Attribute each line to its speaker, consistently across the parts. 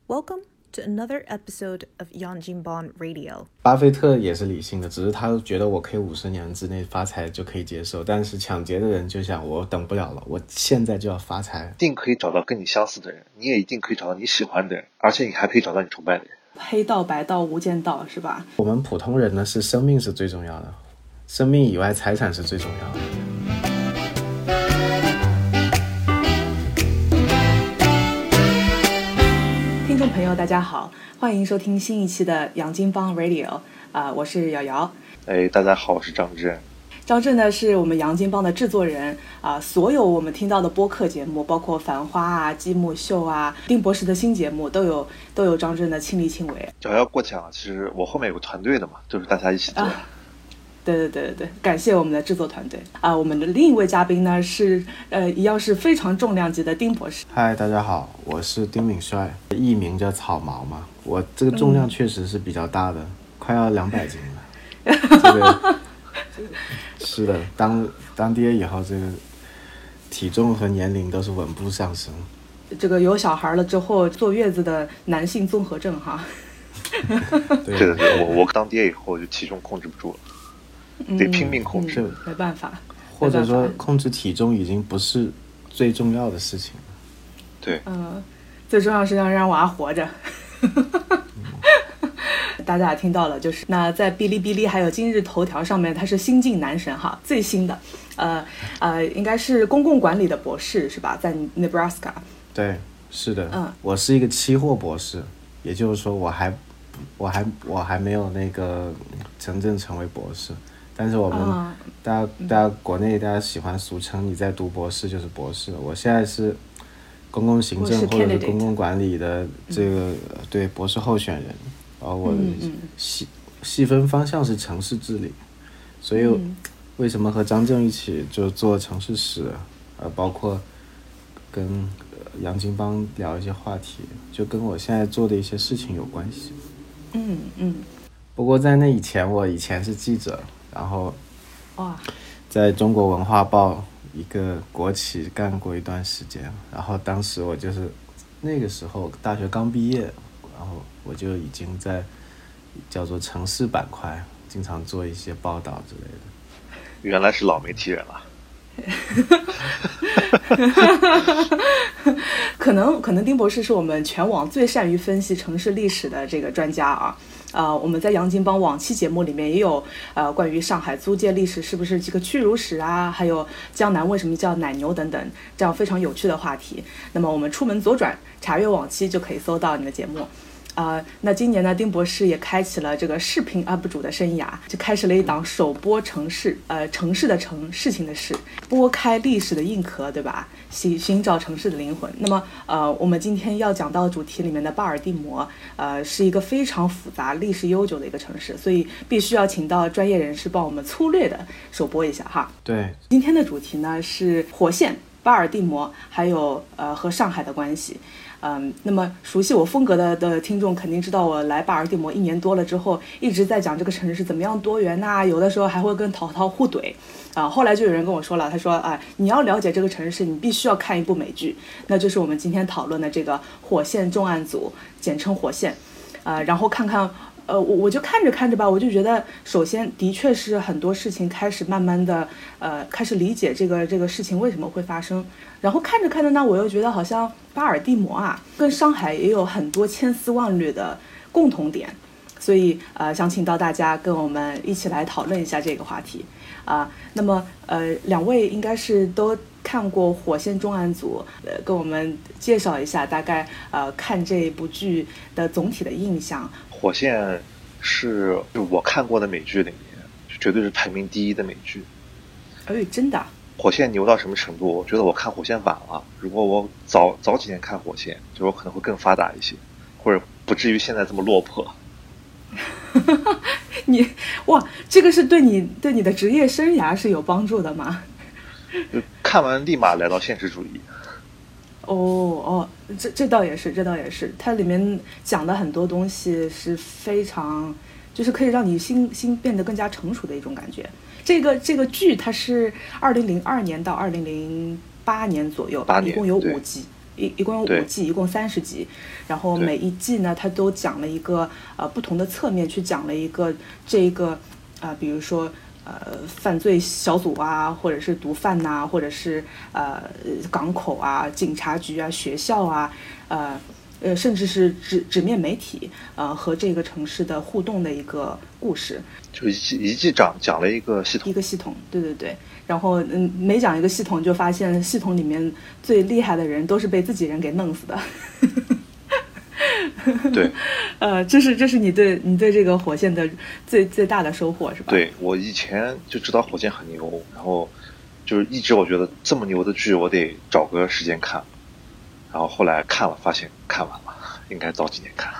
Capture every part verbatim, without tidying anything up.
Speaker 1: Welcome to another episode of Yang Jinbang Radio。
Speaker 2: 巴菲特也是理性的，只是他觉得我可以五十年之内发财就可以接受，但是抢劫的人就想我等不了了，我现在就要发财。
Speaker 3: 一定可以找到跟你相似的人，你也一定可以找到你喜欢的人，而且你还可以找到你崇拜的人。
Speaker 4: 黑道白道无间道是吧？
Speaker 2: 我们普通人呢，是生命是最重要的，生命以外财产是最重要的。
Speaker 4: 听众朋友大家好，欢迎收听新一期的杨金帮 Radio， 呃，我是瑶瑶。
Speaker 3: 哎，大家好，我是张震。
Speaker 4: 张震呢是我们杨金帮的制作人啊、呃，所有我们听到的播客节目，包括《繁花》啊、《积木秀》啊、丁博士的新节目，都有都有张震的亲力亲为。
Speaker 3: 瑶瑶过奖，其实我后面有个团队的嘛，就是大家一起做。啊
Speaker 4: 对对对对对，感谢我们的制作团队啊、呃！我们的另一位嘉宾呢是呃，一样是非常重量级的丁博士。
Speaker 2: 嗨，大家好，我是丁敏帅，艺名叫草毛嘛。我这个重量确实是比较大的，嗯、快要两百斤了。这个是的，当当爹以后，这个体重和年龄都是稳步上升。
Speaker 4: 这个有小孩了之后，坐月子的男性综合症哈。
Speaker 3: 对对对，我我当爹以后就体重控制不住了。得拼命控制、
Speaker 4: 嗯嗯，没办法。
Speaker 2: 或者说，控制体重已经不是最重要的事情了。
Speaker 3: 对，
Speaker 4: 嗯，最重要是要让娃活着。大家也听到了，就是那在哔哩哔哩还有今日头条上面，他是新晋男神哈，最新的，呃呃，应该是公共管理的博士是吧？在 Nebraska。
Speaker 2: 对，是的，
Speaker 4: 嗯，
Speaker 2: 我是一个期货博士，也就是说，我还我还我还没有那个真正成为博士。但是我们大家、嗯、大家国内大家喜欢俗称你在读博士就是博士，我现在是公共行政或者是公共管理的这个、嗯、对博士候选人，然后我的细、嗯、细分方向是城市治理，所以为什么和张正一起就做城市史，呃，包括跟杨金帮聊一些话题，就跟我现在做的一些事情有关系。
Speaker 4: 嗯嗯。
Speaker 2: 不过在那以前，我以前是记者。然后，在中国文化报一个国企干过一段时间，然后当时我就是那个时候大学刚毕业，然后我就已经在叫做城市板块经常做一些报道之类的。
Speaker 3: 原来是老媒体人了。
Speaker 4: 可能可能丁博士是我们全网最善于分析城市历史的这个专家啊。呃，我们在杨金帮往期节目里面也有呃关于上海租界历史是不是这个屈辱史啊，还有江南为什么叫奶牛等等这样非常有趣的话题。那么我们出门左转查阅往期就可以搜到你的节目。呃，那今年呢，丁博士也开启了这个视频 U P 主的生涯，就开始了一档首播城市，呃，城市的城，事情的事，拨开历史的硬壳，对吧？寻寻找城市的灵魂。那么，呃，我们今天要讲到的主题里面的巴尔的摩，呃，是一个非常复杂、历史悠久的一个城市，所以必须要请到专业人士帮我们粗略的首播一下哈。
Speaker 2: 对，
Speaker 4: 今天的主题呢是火线、巴尔的摩，还有呃和上海的关系。嗯，那么熟悉我风格的的听众肯定知道，我来巴尔的摩一年多了之后，一直在讲这个城市怎么样多元呐、啊，有的时候还会跟陶陶互怼啊。后来就有人跟我说了，他说啊，你要了解这个城市，你必须要看一部美剧，那就是我们今天讨论的这个《火线重案组》，简称火线，呃，然后看看。呃，我我就看着看着吧，我就觉得，首先的确是很多事情开始慢慢的，呃，开始理解这个这个事情为什么会发生。然后看着看着呢，我又觉得好像巴尔的摩啊，跟上海也有很多千丝万缕的共同点，所以呃，想请到大家跟我们一起来讨论一下这个话题啊、呃。那么呃，两位应该是都看过《火线重案组》，呃，跟我们介绍一下大概呃看这部剧的总体的印象。
Speaker 3: 火线是我看过的美剧里面绝对是排名第一的美剧。
Speaker 4: 哎，真的？
Speaker 3: 火线牛到什么程度？我觉得我看火线晚了。如果我早早几年看火线，就我可能会更发达一些，或者不至于现在这么落魄。
Speaker 4: 你哇，这个是对你对你的职业生涯是有帮助的吗？
Speaker 3: 就看完立马来到现实主义。
Speaker 4: 哦哦，这这倒也是，这倒也是，它里面讲的很多东西是非常，就是可以让你心心变得更加成熟的一种感觉。这个这个剧它是二零零二年到二零零八年左右，
Speaker 3: 八年
Speaker 4: 一共有五集。 一一共有五季，一共三十集，然后每一季呢，它都讲了一个呃不同的侧面去讲了一个这一个呃，比如说呃犯罪小组啊，或者是毒贩呐、啊，或者是呃港口啊、警察局啊、学校啊，呃。呃，甚至是纸纸面媒体，呃，和这个城市的互动的一个故事，
Speaker 3: 就一季一季讲讲了一个系统，
Speaker 4: 一个系统，对对对。然后，嗯，每讲一个系统，就发现系统里面最厉害的人都是被自己人给弄死的。
Speaker 3: 对，
Speaker 4: 呃，这是这是你对你对这个火线的最最大的收获是吧？
Speaker 3: 对，我以前就知道火线很牛，然后就是一直我觉得这么牛的剧，我得找个时间看。然后后来看了，发现看完了，应该早几年看。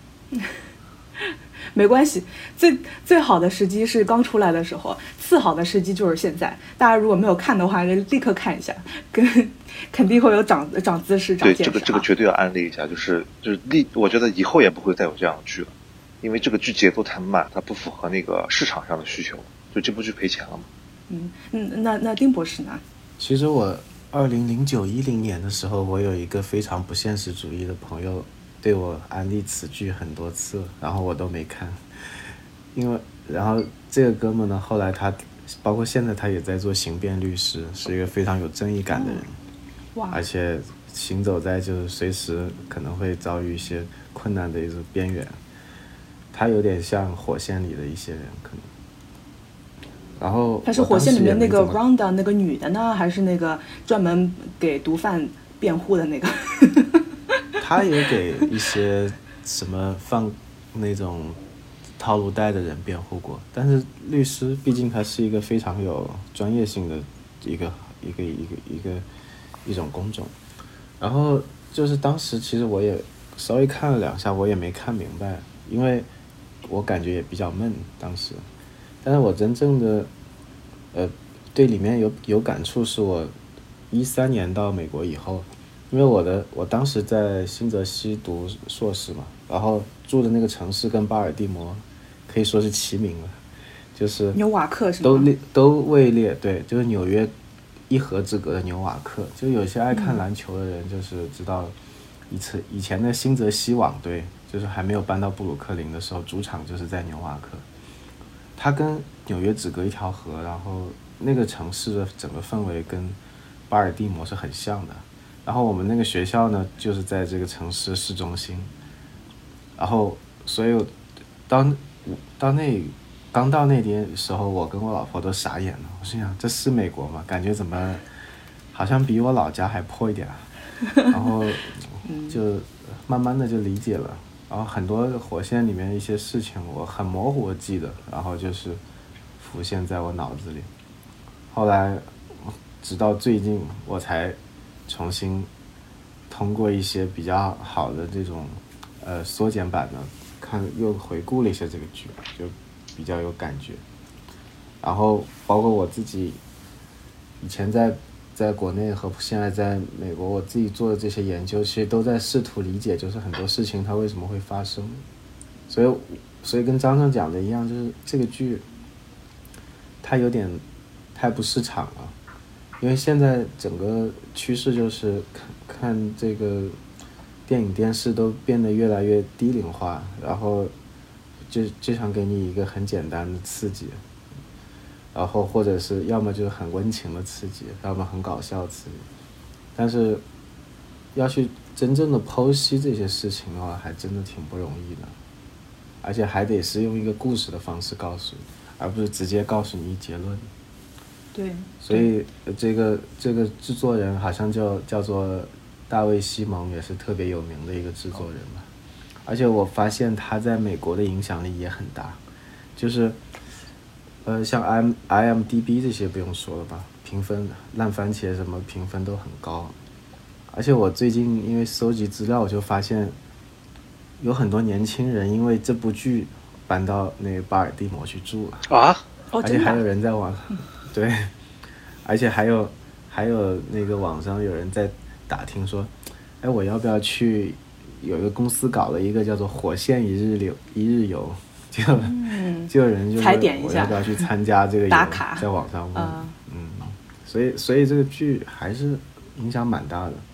Speaker 4: 没关系，最最好的时机是刚出来的时候，次好的时机就是现在。大家如果没有看的话，就立刻看一下，跟肯定会有长长姿势、长见识、啊。
Speaker 3: 对，这个这个绝对要安利一下，就是就是立，我觉得以后也不会再有这样的剧了，因为这个剧节奏太慢，它不符合那个市场上的需求，就这部剧赔钱了嘛。
Speaker 4: 嗯嗯，那那丁博士呢？
Speaker 2: 其实我。二零零九一零年的时候，我有一个非常不现实主义的朋友对我安利此剧很多次，然后我都没看，因为然后这个哥们呢，后来他包括现在他也在做刑辩律师，是一个非常有正义感的人，
Speaker 4: 哇！
Speaker 2: 而且行走在就是随时可能会遭遇一些困难的一种边缘，他有点像火线里的一些人可能。然后
Speaker 4: 他是火线里面那个 Ronda 那个女的呢，还是那个专门给毒贩辩护的那个？
Speaker 2: 他也给一些什么放那种套路贷的人辩护过，但是律师毕竟他是一个非常有专业性的一个一个一个一个一种工种。然后就是当时其实我也稍微看了两下，我也没看明白，因为我感觉也比较闷当时。但是我真正的，呃，对里面有有感触，是我一三年到美国以后，因为我的我当时在新泽西读硕士嘛，然后住的那个城市跟巴尔的摩可以说是齐名了，就是
Speaker 4: 纽瓦克是吗？
Speaker 2: 都列都位列对，就是纽约一河之隔的纽瓦克，就有些爱看篮球的人就是知道，以前以前的新泽西网队就是还没有搬到布鲁克林的时候，主场就是在纽瓦克。它跟纽约只隔一条河，然后那个城市的整个氛围跟巴尔的摩是很像的。然后我们那个学校呢，就是在这个城市市中心。然后，所以当到那刚到那边的时候，我跟我老婆都傻眼了。我心想，这是美国吗？感觉怎么好像比我老家还破一点。然后就慢慢的就理解了。然后很多火线里面一些事情我很模糊的记得，然后就是浮现在我脑子里。后来直到最近我才重新通过一些比较好的这种呃缩减版的看，又回顾了一些这个剧，就比较有感觉。然后包括我自己以前在在国内和现在在美国，我自己做的这些研究，其实都在试图理解，就是很多事情它为什么会发生。所以，所以跟张正讲的一样，就是这个剧，它有点太不市场了，因为现在整个趋势就是看看这个电影电视都变得越来越低龄化，然后就就想给你一个很简单的刺激。然后或者是要么就是很温情的刺激，要么很搞笑的刺激，但是要去真正的剖析这些事情的话，还真的挺不容易的，而且还得是用一个故事的方式告诉你，而不是直接告诉你一结论。
Speaker 4: 对，
Speaker 2: 所以这个这个制作人好像叫叫做大卫·西蒙，也是特别有名的一个制作人吧。而且我发现他在美国的影响力也很大，就是。呃，像 I M D B 这些不用说了吧，评分烂番茄什么评分都很高。而且我最近因为搜集资料，我就发现有很多年轻人因为这部剧搬到那个巴尔的摩去住了
Speaker 3: 啊，
Speaker 2: 而且还有人在网上，对，而且还有还有那个网上有人在打听说，哎，我要不要去？有一个公司搞了一个叫做火线一日游一日游。就、嗯、就有人就问我要不要去参加这个
Speaker 4: 打卡，
Speaker 2: 在网上问，嗯，所以所以这个剧还是影响蛮大的。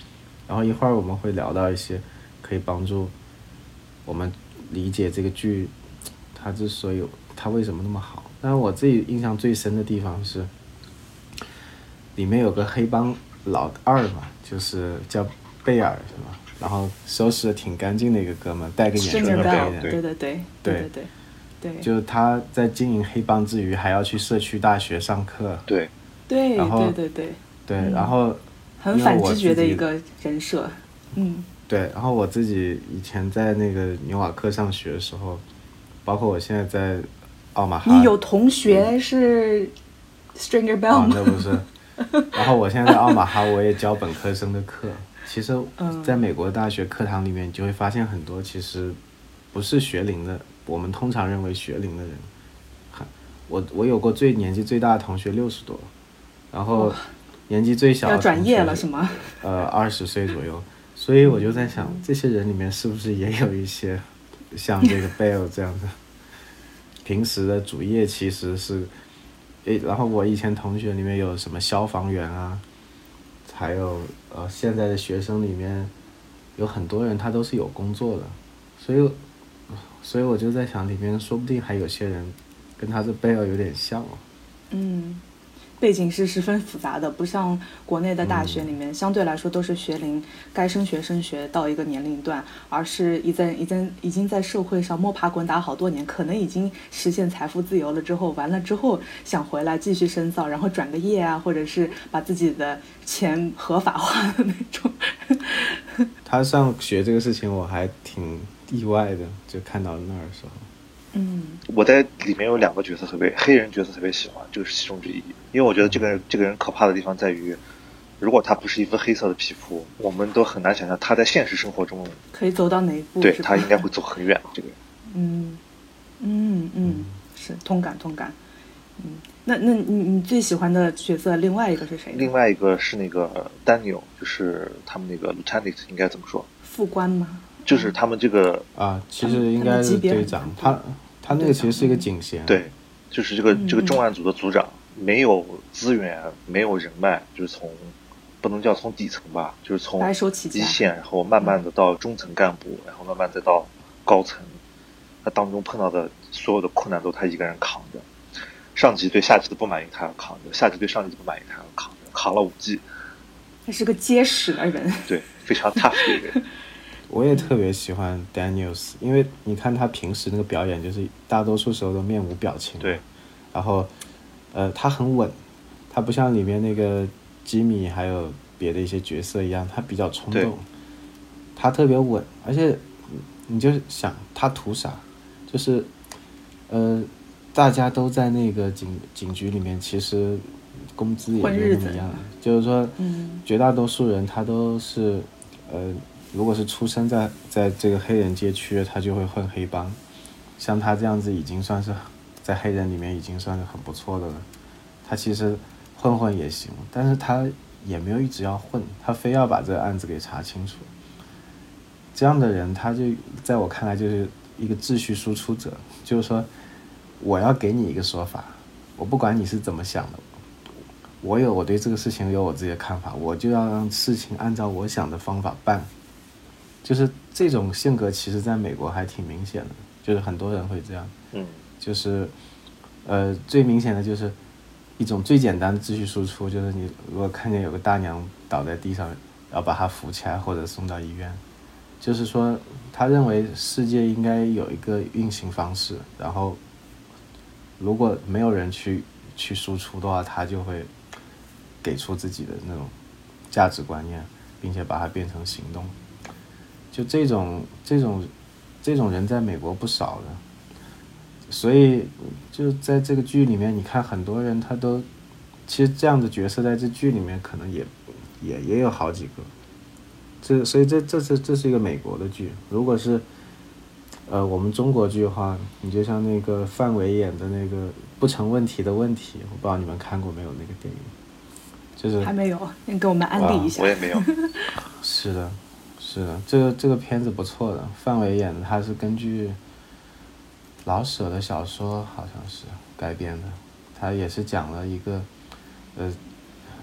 Speaker 2: 然后一会儿我们会聊到一些可以帮助我们理解这个剧它之所以它为什么那么好。但是我自己印象最深的地方是里面有个黑帮老二嘛，就是叫贝尔是吧，然后收拾的挺干净的一个哥们，戴个眼镜的黑人，
Speaker 4: 对对对对对对对，
Speaker 2: 就是他在经营黑帮之余还要去社区大学上课，
Speaker 3: 对
Speaker 4: 对
Speaker 2: 然后
Speaker 4: 对对对
Speaker 2: 对、
Speaker 4: 嗯、
Speaker 2: 然后
Speaker 4: 很反直觉的一个人设，嗯，
Speaker 2: 对，然后我自己以前在那个纽瓦克上学的时候，包括我现在在奥马哈，
Speaker 4: 你有同学是 Stringer Bell 吗？
Speaker 2: 哦，那不是。然后我现在在奥马哈，我也教本科生的课。其实，在美国大学课堂里面，你就会发现很多其实不是学龄的，我们通常认为学龄的人。我我有过最年纪最大的同学六十多，然后年纪最小的
Speaker 4: 要转业了是吗？
Speaker 2: 呃，二十岁左右。所以我就在想，这些人里面是不是也有一些像这个 Bell 这样的，平时的主业其实是。诶，然后我以前同学里面有什么消防员啊，还有呃现在的学生里面有很多人他都是有工作的，所以所以我就在想里面说不定还有些人跟他这贝尔有点像哦。
Speaker 4: 嗯，背景是十分复杂的，不像国内的大学里面、嗯、相对来说都是学龄，该升学升学到一个年龄段，而是已经已经已经在社会上摸爬滚打好多年，可能已经实现财富自由了之后，完了之后想回来继续深造，然后转个业啊，或者是把自己的钱合法化的那种。
Speaker 2: 他上学这个事情我还挺意外的，就看到那儿的时候。
Speaker 4: 嗯，
Speaker 3: 我在里面有两个角色特别，黑人角色特别喜欢，这个是其中之一。因为我觉得这个人这个人可怕的地方在于，如果他不是一副黑色的皮肤，我们都很难想象他在现实生活中
Speaker 4: 可以走到哪一步。
Speaker 3: 对，他应该会走很远。这个人，
Speaker 4: 嗯嗯嗯，是同感同感。嗯，那那你你最喜欢的角色另外一个是谁？
Speaker 3: 另外一个是那个 Daniel， 就是他们那个 Lieutenant 应该怎么说？
Speaker 4: 副官吗？
Speaker 3: 就是他们这个
Speaker 2: 啊，其实应该是队长，他他那个其实是一个警衔，
Speaker 3: 对，就是这个这个重案组的组长，没有资源，没有人脉，就是从不能叫从底层吧，就是从一线，然后慢慢的到中层干部，然后慢慢再到高层，他当中碰到的所有的困难都他一个人扛着，上级对下级的不满意他要扛着，下级对上级的不满意他要扛着，扛了五季。
Speaker 4: 他是个结实的人，
Speaker 3: 对，非常 tough 的一个人。
Speaker 2: 我也特别喜欢 Daniels， 因为你看他平时那个表演，就是大多数时候都面无表情。
Speaker 3: 对。
Speaker 2: 然后，呃，他很稳，他不像里面那个吉米还有别的一些角色一样，他比较冲动。他特别稳，而且你就想他图啥？就是，呃，大家都在那个警警局里面，其实工资也就那么样，就是说，
Speaker 4: 嗯，
Speaker 2: 绝大多数人他都是，呃。如果是出生在在这个黑人街区，他就会混黑帮。像他这样子已经算是在黑人里面已经算是很不错的了。他其实混混也行，但是他也没有一直要混，他非要把这个案子给查清楚。这样的人，他就在我看来就是一个秩序输出者，就是说我要给你一个说法，我不管你是怎么想的，我有我对这个事情有我自己的看法，我就要让事情按照我想的方法办。就是这种性格其实在美国还挺明显的，就是很多人会这样，
Speaker 3: 嗯，
Speaker 2: 就是呃最明显的就是一种最简单的秩序输出，就是你如果看见有个大娘倒在地上，要把她扶起来或者送到医院，就是说他认为世界应该有一个运行方式，然后如果没有人去去输出的话，他就会给出自己的那种价值观念，并且把它变成行动。就这种这种这种人在美国不少的，所以就在这个剧里面，你看很多人他都，其实这样的角色在这剧里面可能也也也有好几个，这所以这这是这是一个美国的剧。如果是呃我们中国剧的话，你就像那个范伟演的那个不成问题的问题，我不知道你们看过没有那个电影，就是
Speaker 4: 还没有，你给我们安利一下。
Speaker 3: 我也没有。
Speaker 2: 是的。是的，这个这个片子不错的，范伟演的，他是根据老舍的小说好像是改编的，他也是讲了一个呃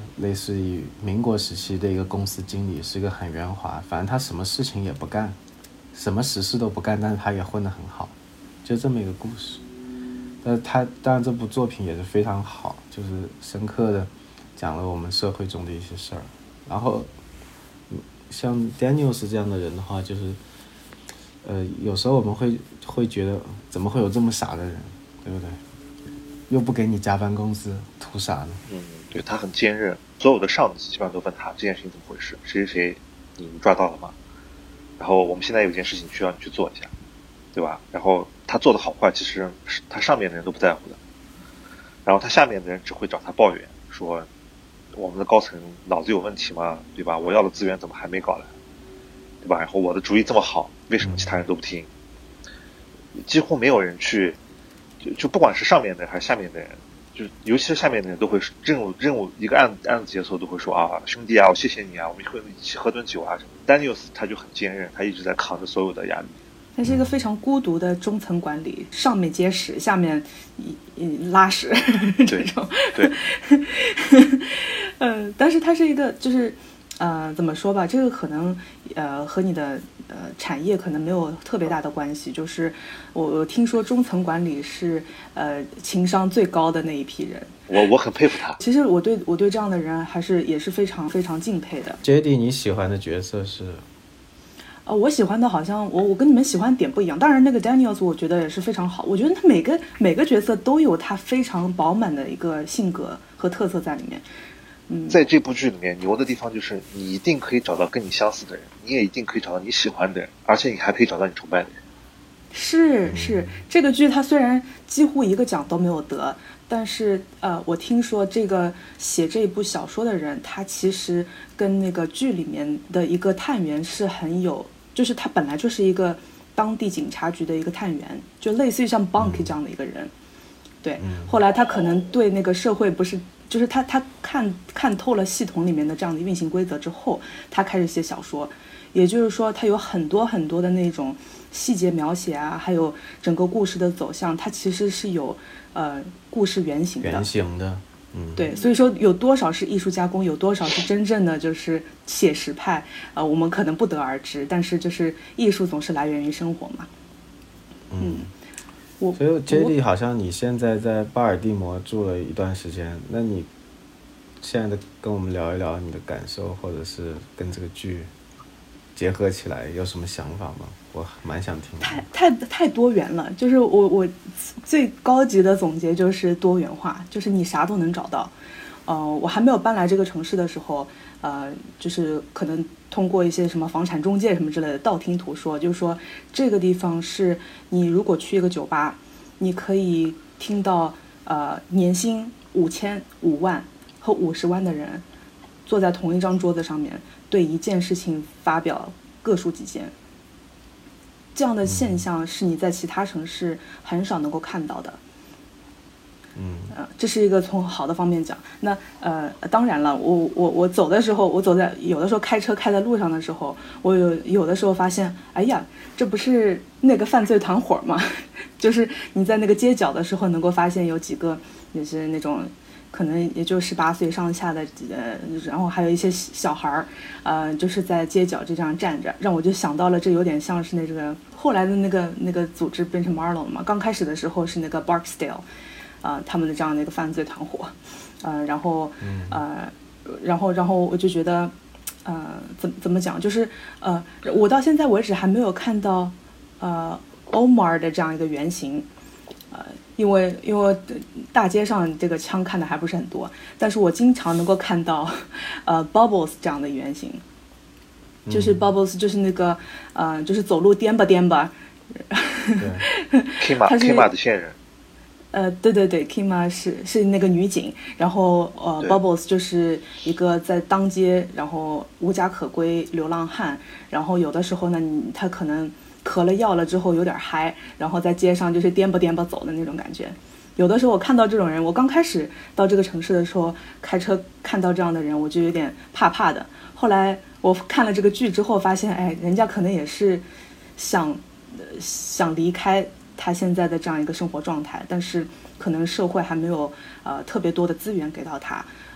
Speaker 2: 类似于民国时期的一个公司经理，是一个很圆滑，反正他什么事情也不干，什么实事都不干，但是他也混得很好，就这么一个故事。但是他当然这部作品也是非常好，就是深刻的讲了我们社会中的一些事儿。然后像 Daniels 这样的人的话，就是呃有时候我们会会觉得怎么会有这么傻的人，对不对？又不给你加班工资，图啥呢？
Speaker 3: 嗯，对，他很坚韧，所有的上级基本上都问他这件事情怎么回事，谁谁谁你抓到了吗？然后我们现在有件事情需要你去做一下，对吧？然后他做的好坏，其实他上面的人都不在乎的，然后他下面的人只会找他抱怨，说我们的高层脑子有问题吗？对吧？我要的资源怎么还没搞来，对吧？然后我的主意这么好，为什么其他人都不听？几乎没有人去，就就不管是上面的人还是下面的人，就尤其是下面的人都会任务任务一个案案子结束都会说啊，兄弟啊，我谢谢你啊，我们会一起喝顿酒啊什么。Daniels 他就很坚韧，他一直在扛着所有的压力。
Speaker 4: 他是一个非常孤独的中层管理，上面接屎，下面拉屎这种。
Speaker 3: 对。
Speaker 4: 嗯、呃，但是他是一个，就是呃，怎么说吧，这个可能呃和你的呃产业可能没有特别大的关系。就是我我听说中层管理是呃情商最高的那一批人。
Speaker 3: 我我很佩服他。
Speaker 4: 其实我对我对这样的人还是也是非常非常敬佩的。
Speaker 2: J D 你喜欢的角色是？
Speaker 4: 呃，我喜欢的好像我我跟你们喜欢点不一样，当然那个 Daniels 我觉得也是非常好，我觉得他每个每个角色都有他非常饱满的一个性格和特色在里面。嗯，
Speaker 3: 在这部剧里面牛的地方就是你一定可以找到跟你相似的人，你也一定可以找到你喜欢的人，而且你还可以找到你崇拜的人。
Speaker 4: 是是，这个剧它虽然几乎一个奖都没有得，但是呃，我听说这个写这部小说的人，他其实跟那个剧里面的一个探员是很有，就是他本来就是一个当地警察局的一个探员，就类似于像 Bunk 这样的一个人。对，后来他可能对那个社会不是，就是他他看看透了系统里面的这样的运行规则之后，他开始写小说。也就是说，他有很多很多的那种细节描写啊，还有整个故事的走向，它其实是有呃故事原型的。
Speaker 2: 原型的，嗯，
Speaker 4: 对，所以说有多少是艺术加工，有多少是真正的就是写实派，呃，我们可能不得而知。但是就是艺术总是来源于生活嘛。
Speaker 2: 嗯，
Speaker 4: 嗯我
Speaker 2: 所以 J D 好像你现在在巴尔的摩住了一段时间，那你现在的跟我们聊一聊你的感受，或者是跟这个剧结合起来有什么想法吗？我蛮想听的。
Speaker 4: 太太太多元了，就是我我最高级的总结就是多元化，就是你啥都能找到。呃，我还没有搬来这个城市的时候，呃，就是可能通过一些什么房产中介什么之类的道听途说，就是说这个地方是你如果去一个酒吧，你可以听到呃年薪五千、五万和五十万的人坐在同一张桌子上面，对一件事情发表各抒己见。这样的现象是你在其他城市很少能够看到的。
Speaker 2: 嗯，
Speaker 4: 呃，这是一个从好的方面讲。那呃，当然了，我我我走的时候，我走在有的时候开车开在路上的时候，我有有的时候发现，哎呀，这不是那个犯罪团伙吗？就是你在那个街角的时候，能够发现有几个也是那种可能也就十八岁上下的，呃，然后还有一些小孩儿，呃，就是在街角就这样站着，让我就想到了，这有点像是那个后来的那个那个组织变成 Marlowe 嘛，刚开始的时候是那个 Barksdale。呃，他们的这样的一个犯罪团伙，呃，然后，呃，然后，然后我就觉得，呃，怎怎么讲，就是呃，我到现在为止还没有看到，呃 ，Omar 的这样一个原型，呃，因为因为大街上这个枪看的还不是很多，但是我经常能够看到，呃 ，Bubbles 这样的原型，就是 Bubbles 就是那个，呃，就是走路颠吧颠吧，
Speaker 3: 对 ，Kima Kima 的线人。
Speaker 4: 呃，对对对 ，Kima 是是那个女警，然后呃 ，Bubbles 就是一个在当街，然后无家可归流浪汉，然后有的时候呢，你他可能嗑了药了之后有点嗨，然后在街上就是颠吧颠吧走的那种感觉。有的时候我看到这种人，我刚开始到这个城市的时候，开车看到这样的人，我就有点怕怕的。后来我看了这个剧之后，发现，哎，人家可能也是想、呃、想离开他现在的这样一个生活状态，但是可能社会还没有呃特别多的资源给到他，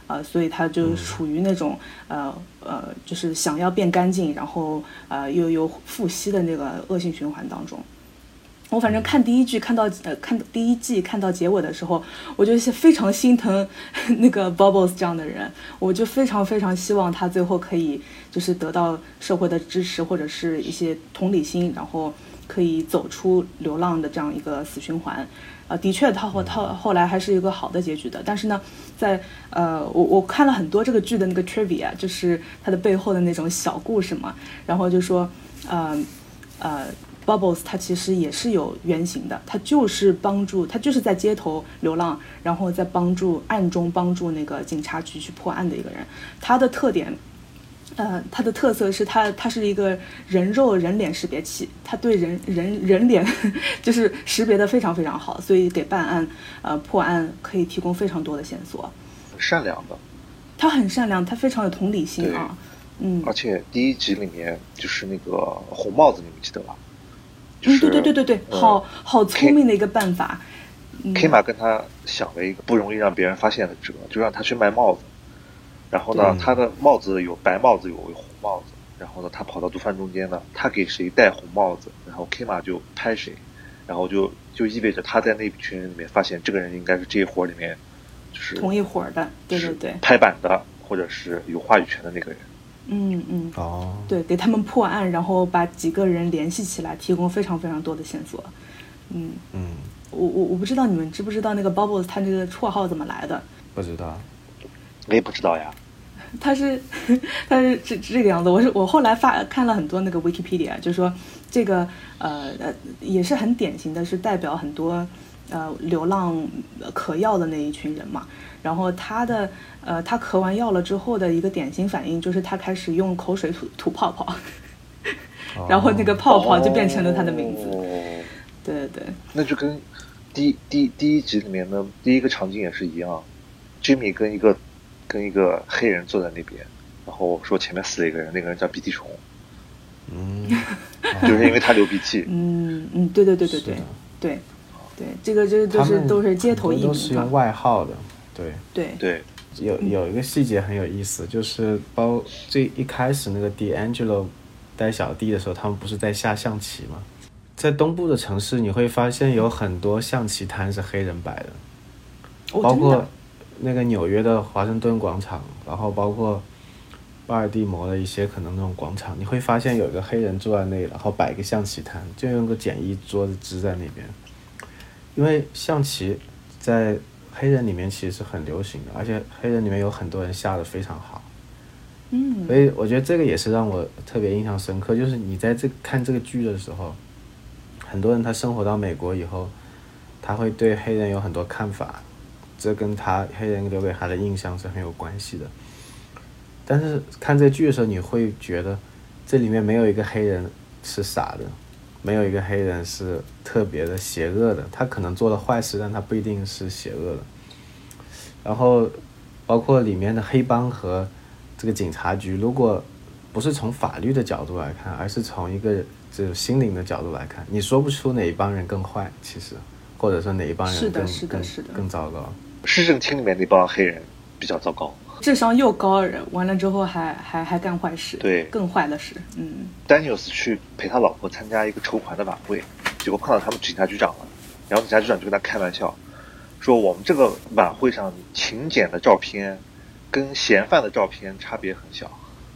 Speaker 4: 呃，所以他就处于那种、嗯、呃呃，就是想要变干净，然后呃又有复吸的那个恶性循环当中。我反正看第一季看到呃看第一季看到结尾的时候，我就是非常心疼那个 Bubbles 这样的人，我就非常非常希望他最后可以就是得到社会的支持或者是一些同理心，然后可以走出流浪的这样一个死循环。呃，的确他后他后来还是一个好的结局的，但是呢，在呃我我看了很多这个剧的那个 trivia， 就是它的背后的那种小故事嘛，然后就说呃呃。Bubbles 他其实也是有原型的，他就是帮助他就是在街头流浪，然后在帮助暗中帮助那个警察局去破案的一个人。他的特点，呃，他的特色是他他是一个人肉人脸识别器，他对人人人脸就是识别的非常非常好，所以给办案呃破案可以提供非常多的线索。
Speaker 3: 很善良的，
Speaker 4: 他很善良，他非常有同理心啊，嗯。
Speaker 3: 而且第一集里面就是那个红帽子，你们记得吧？
Speaker 4: 嗯，对对对对对，嗯、好好聪明的一个办法。
Speaker 3: 嗯、K 马跟他想了一个不容易让别人发现的辙，就让他去卖帽子。然后呢，他的帽子有白帽子，有红帽子。然后呢，他跑到毒贩中间呢，他给谁戴红帽子，然后 K 马就拍谁，然后就就意味着他在那群人里面发现这个人应该是这一伙里面就是
Speaker 4: 同一伙的，对对对，
Speaker 3: 拍板的或者是有话语权的那个人。
Speaker 4: 嗯嗯
Speaker 2: 哦，
Speaker 4: 对，给他们破案，然后把几个人联系起来，提供非常非常多的线索。嗯
Speaker 2: 嗯，
Speaker 4: 我我我不知道你们知不知道那个 Bubbles 他这个绰号怎么来的？
Speaker 2: 不知道，
Speaker 3: 我也不知道呀。
Speaker 4: 他是他是这这个样子。我是我后来发看了很多那个 Wikipedia， 就说这个呃呃也是很典型的，是代表很多呃流浪嗑药的那一群人嘛。然后他的呃，他嗑完药了之后的一个典型反应就是他开始用口水吐吐泡泡，然后那个泡泡就变成了他的名字。
Speaker 3: 哦、
Speaker 4: 对对对，
Speaker 3: 那就跟第第第一集里面的第一个场景也是一样 ，Jimmy 跟一个跟一个黑人坐在那边，然后说前面死了一个人，那个人叫鼻涕虫。
Speaker 2: 嗯，
Speaker 3: 就是因为他流鼻涕。
Speaker 4: 嗯嗯，对对对对对对对，这个这就是都是街头艺名，
Speaker 2: 都是用外号的。对
Speaker 4: 对
Speaker 3: 对，
Speaker 2: 有有一个细节很有意思，就是包最一开始那个 D'Angelo 带小弟的时候，他们不是在下象棋吗？在东部的城市，你会发现有很多象棋摊是黑人摆的，
Speaker 4: 哦、
Speaker 2: 包括那个纽约的华盛顿广场，然后包括巴尔的摩的一些可能那种广场，你会发现有一个黑人坐在那里，然后摆一个象棋摊，就用个简易桌子支在那边，因为象棋在黑人里面其实是很流行的，而且黑人里面有很多人下得非常好，
Speaker 4: 嗯，
Speaker 2: 所以我觉得这个也是让我特别印象深刻，就是你在这看这个剧的时候，很多人他生活到美国以后，他会对黑人有很多看法，这跟他黑人留给他的印象是很有关系的。但是看这剧的时候，你会觉得这里面没有一个黑人是傻的，没有一个黑人是特别的邪恶的，他可能做了坏事，但他不一定是邪恶的。然后包括里面的黑帮和这个警察局，如果不是从法律的角度来看，而是从一个这心灵的角度来看，你说不出哪一帮人更坏，其实，或者说哪一帮人更更更糟糕。
Speaker 3: 市政厅里面那帮黑人比较糟糕，
Speaker 4: 智商又高的人，完了之后还还还干坏事，
Speaker 3: 对，
Speaker 4: 更坏的事。嗯
Speaker 3: ，Daniels 去陪他老婆参加一个筹款的晚会，结果碰到他们警察局长了，然后警察局长就跟他开玩笑，说我们这个晚会上请柬的照片跟嫌犯的照片差别很小。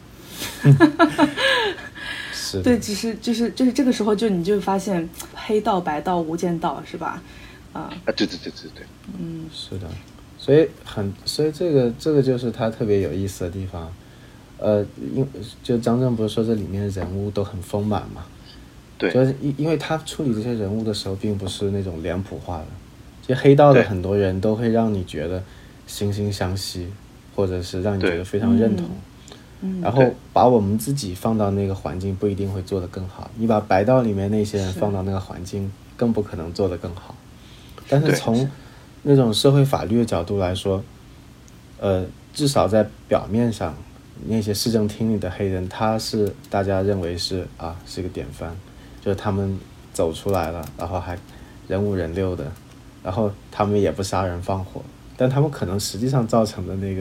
Speaker 2: 是
Speaker 4: 对，只是就是就是这个时候就你就发现黑道白道无间道是吧？啊、
Speaker 3: 嗯、啊，对对对对对，
Speaker 4: 嗯，
Speaker 2: 是的。所以很，所以这个这个就是它特别有意思的地方，呃，因就张震不是说这里面人物都很丰满嘛，
Speaker 3: 对，
Speaker 2: 就是因因为他处理这些人物的时候，并不是那种脸谱化的，其实黑道的很多人都会让你觉得惺惺相惜，或者是让你觉得非常认同，
Speaker 4: 嗯，
Speaker 2: 然后把我们自己放到那个环境，不一定会做得更好，你把白道里面那些人放到那个环境，更不可能做得更好，但是从那种社会法律的角度来说，呃，至少在表面上，那些市政厅里的黑人，他是大家认为是啊是一个典范，就是他们走出来了，然后还人五人六的，然后他们也不杀人放火，但他们可能实际上造成的那个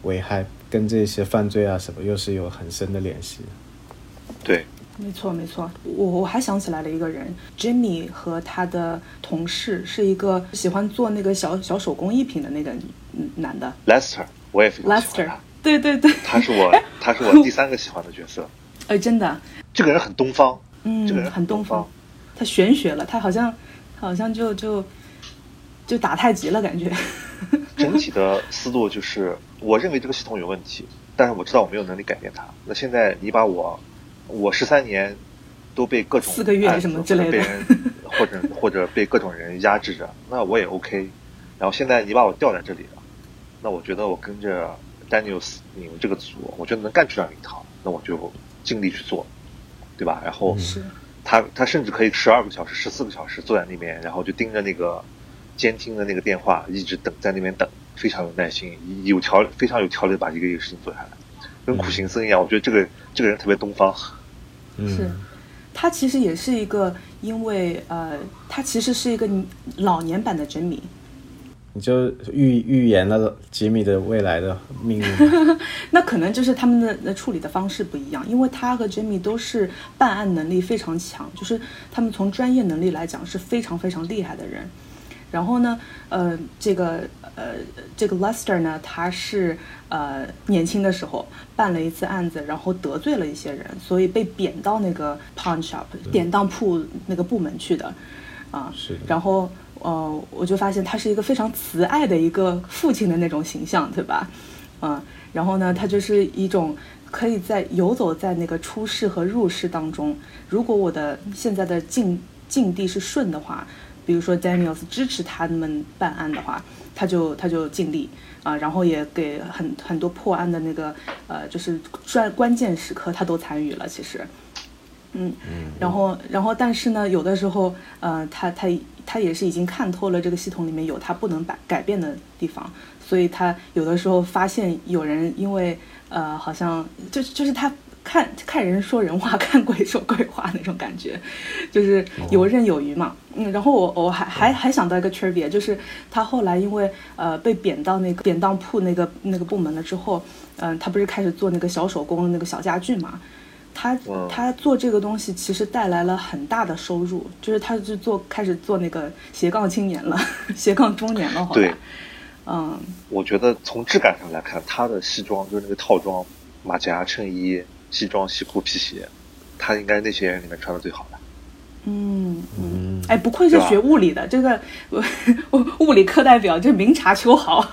Speaker 2: 危害，跟这些犯罪啊什么又是有很深的联系。
Speaker 3: 对，
Speaker 4: 没错没错。我我还想起来了一个人 Jimmy 和他的同事是一个喜欢做那个小小手工艺品的那个男的
Speaker 3: Lester， 我也非常喜欢他。
Speaker 4: Lester， 对对对，
Speaker 3: 他是我他是我第三个喜欢的角色。
Speaker 4: 哎，真的，
Speaker 3: 这个人很东方，
Speaker 4: 嗯，
Speaker 3: 这个人
Speaker 4: 很东
Speaker 3: 方，
Speaker 4: 他玄学了，他好像好像就就就打太极了感觉。
Speaker 3: 整体的思路就是，我认为这个系统有问题，但是我知道我没有能力改变它。那现在你把我，我十三年都被各种
Speaker 4: 四个月什么之类的，
Speaker 3: 被人或者或者被各种人压制着，那我也 OK。然后现在你把我调在这里了，那我觉得我跟着 Daniels 你们这个组，我觉得能干出这样一套，那我就尽力去做，对吧？然后他他甚至可以十二个小时、十四个小时坐在那边，然后就盯着那个监听的那个电话，一直等在那边等，非常有耐心，有条非常有条理的把一个一个事情做下来，跟苦行僧一样。我觉得这个这个人特别东方。
Speaker 4: 是，他其实也是一个，因为呃，他其实是一个老年版的珍米。
Speaker 2: 你就预预言了吉米的未来的命运。
Speaker 4: 那可能就是他们的的处理的方式不一样，因为他和 Jimmy 都是办案能力非常强，就是他们从专业能力来讲是非常非常厉害的人。然后呢，呃，这个呃这个 Lester 呢，他是呃年轻的时候办了一次案子，然后得罪了一些人，所以被贬到那个 pawn shop 典当铺那个部门去的，啊、呃，
Speaker 2: 是的。
Speaker 4: 然后。呃，我就发现他是一个非常慈爱的一个父亲的那种形象，对吧？嗯、呃，然后呢，他就是一种可以在游走在那个出世和入世当中。如果我的现在的境境地是顺的话，比如说 Daniels 支持他们办案的话，他就他就尽力啊、呃，然后也给很很多破案的那个呃，就是关关键时刻他都参与了，其实。嗯，然后，然后，但是呢，有的时候，呃，他他他也是已经看透了这个系统里面有他不能改改变的地方，所以他有的时候发现有人因为呃，好像就就是他看看人说人话，看鬼说鬼话那种感觉，就是游刃有余嘛。嗯，然后我我还还还想到一个 trivia， 就是他后来因为呃被贬到那个典当铺那个那个部门了之后，嗯、呃，他不是开始做那个小手工的那个小家具嘛。他他做这个东西其实带来了很大的收入，就是他就做开始做那个斜杠青年了，斜杠中年了，好吧？
Speaker 3: 对，
Speaker 4: 嗯，
Speaker 3: 我觉得从质感上来看，他的西装就是那个套装，马甲、衬衣、西装、西裤、皮鞋，他应该那些人里面穿的最好的。
Speaker 4: 嗯嗯，哎，不愧是学物理的，这个物理课代表，这明察秋毫。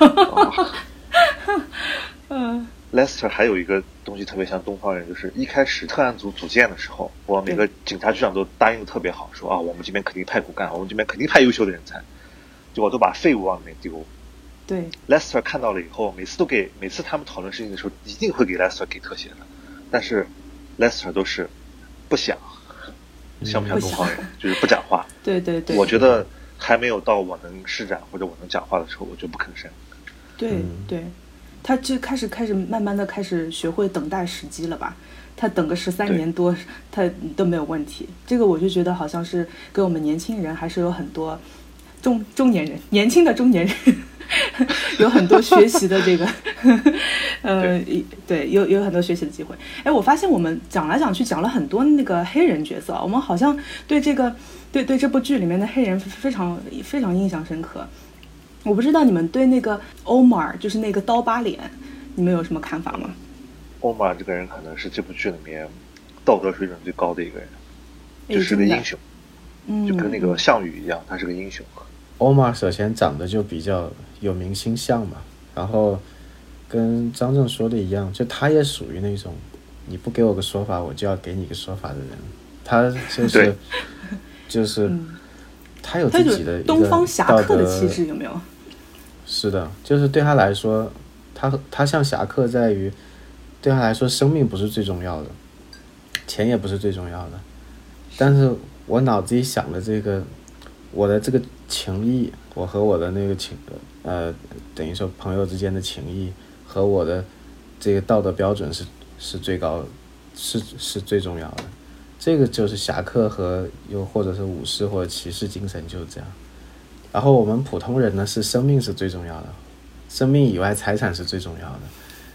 Speaker 3: 嗯。Lester 还有一个东西特别像东方人，就是一开始特案组组建的时候，我每个警察局长都答应的特别好，说啊，我们这边肯定派骨干，我们这边肯定派优秀的人才，结果都把废物往里面丢。
Speaker 4: 对
Speaker 3: ，Lester 看到了以后，每次都给，每次他们讨论事情的时候，一定会给 Lester 给特写的，但是 Lester 都是不想，像不像东方人，就是不讲话。
Speaker 4: 对对对，
Speaker 3: 我觉得还没有到我能施展或者我能讲话的时候，我就不吭声。
Speaker 4: 对对。他就开始开始慢慢的开始学会等待时机了吧？他等个十三年多，他都没有问题。这个我就觉得好像是跟我们年轻人还是有很多中中年人、年轻的中年人有很多学习的这个，呃，对，有有很多学习的机会。哎，我发现我们讲来讲去讲了很多那个黑人角色，我们好像对这个对对这部剧里面的黑人非常非常印象深刻。我不知道你们对那个 Omar 就是那个刀疤脸，你们有什么看法吗？
Speaker 3: Omar 这个人可能是这部剧里面道德水准最高的一个人，就是个英雄，就跟那个项羽一样，他是个英雄。
Speaker 2: Omar 首先长得就比较有明星相嘛，然后跟张正说的一样，就他也属于那种你不给我个说法，我就要给你个说法的人。他就是就是。嗯，他有自己的一个
Speaker 4: 东方侠客的气质，有没有？
Speaker 2: 是的，就是对他来说，他他像侠客在于，对他来说，生命不是最重要的，钱也不是最重要的，但是我脑子里想的这个，我的这个情谊，我和我的那个情，呃，等于说朋友之间的情谊和我的这个道德标准是是最高，是是最重要的。这个就是侠客和又或者是武士或者骑士精神就是这样。然后我们普通人呢，是生命是最重要的，生命以外财产是最重要的。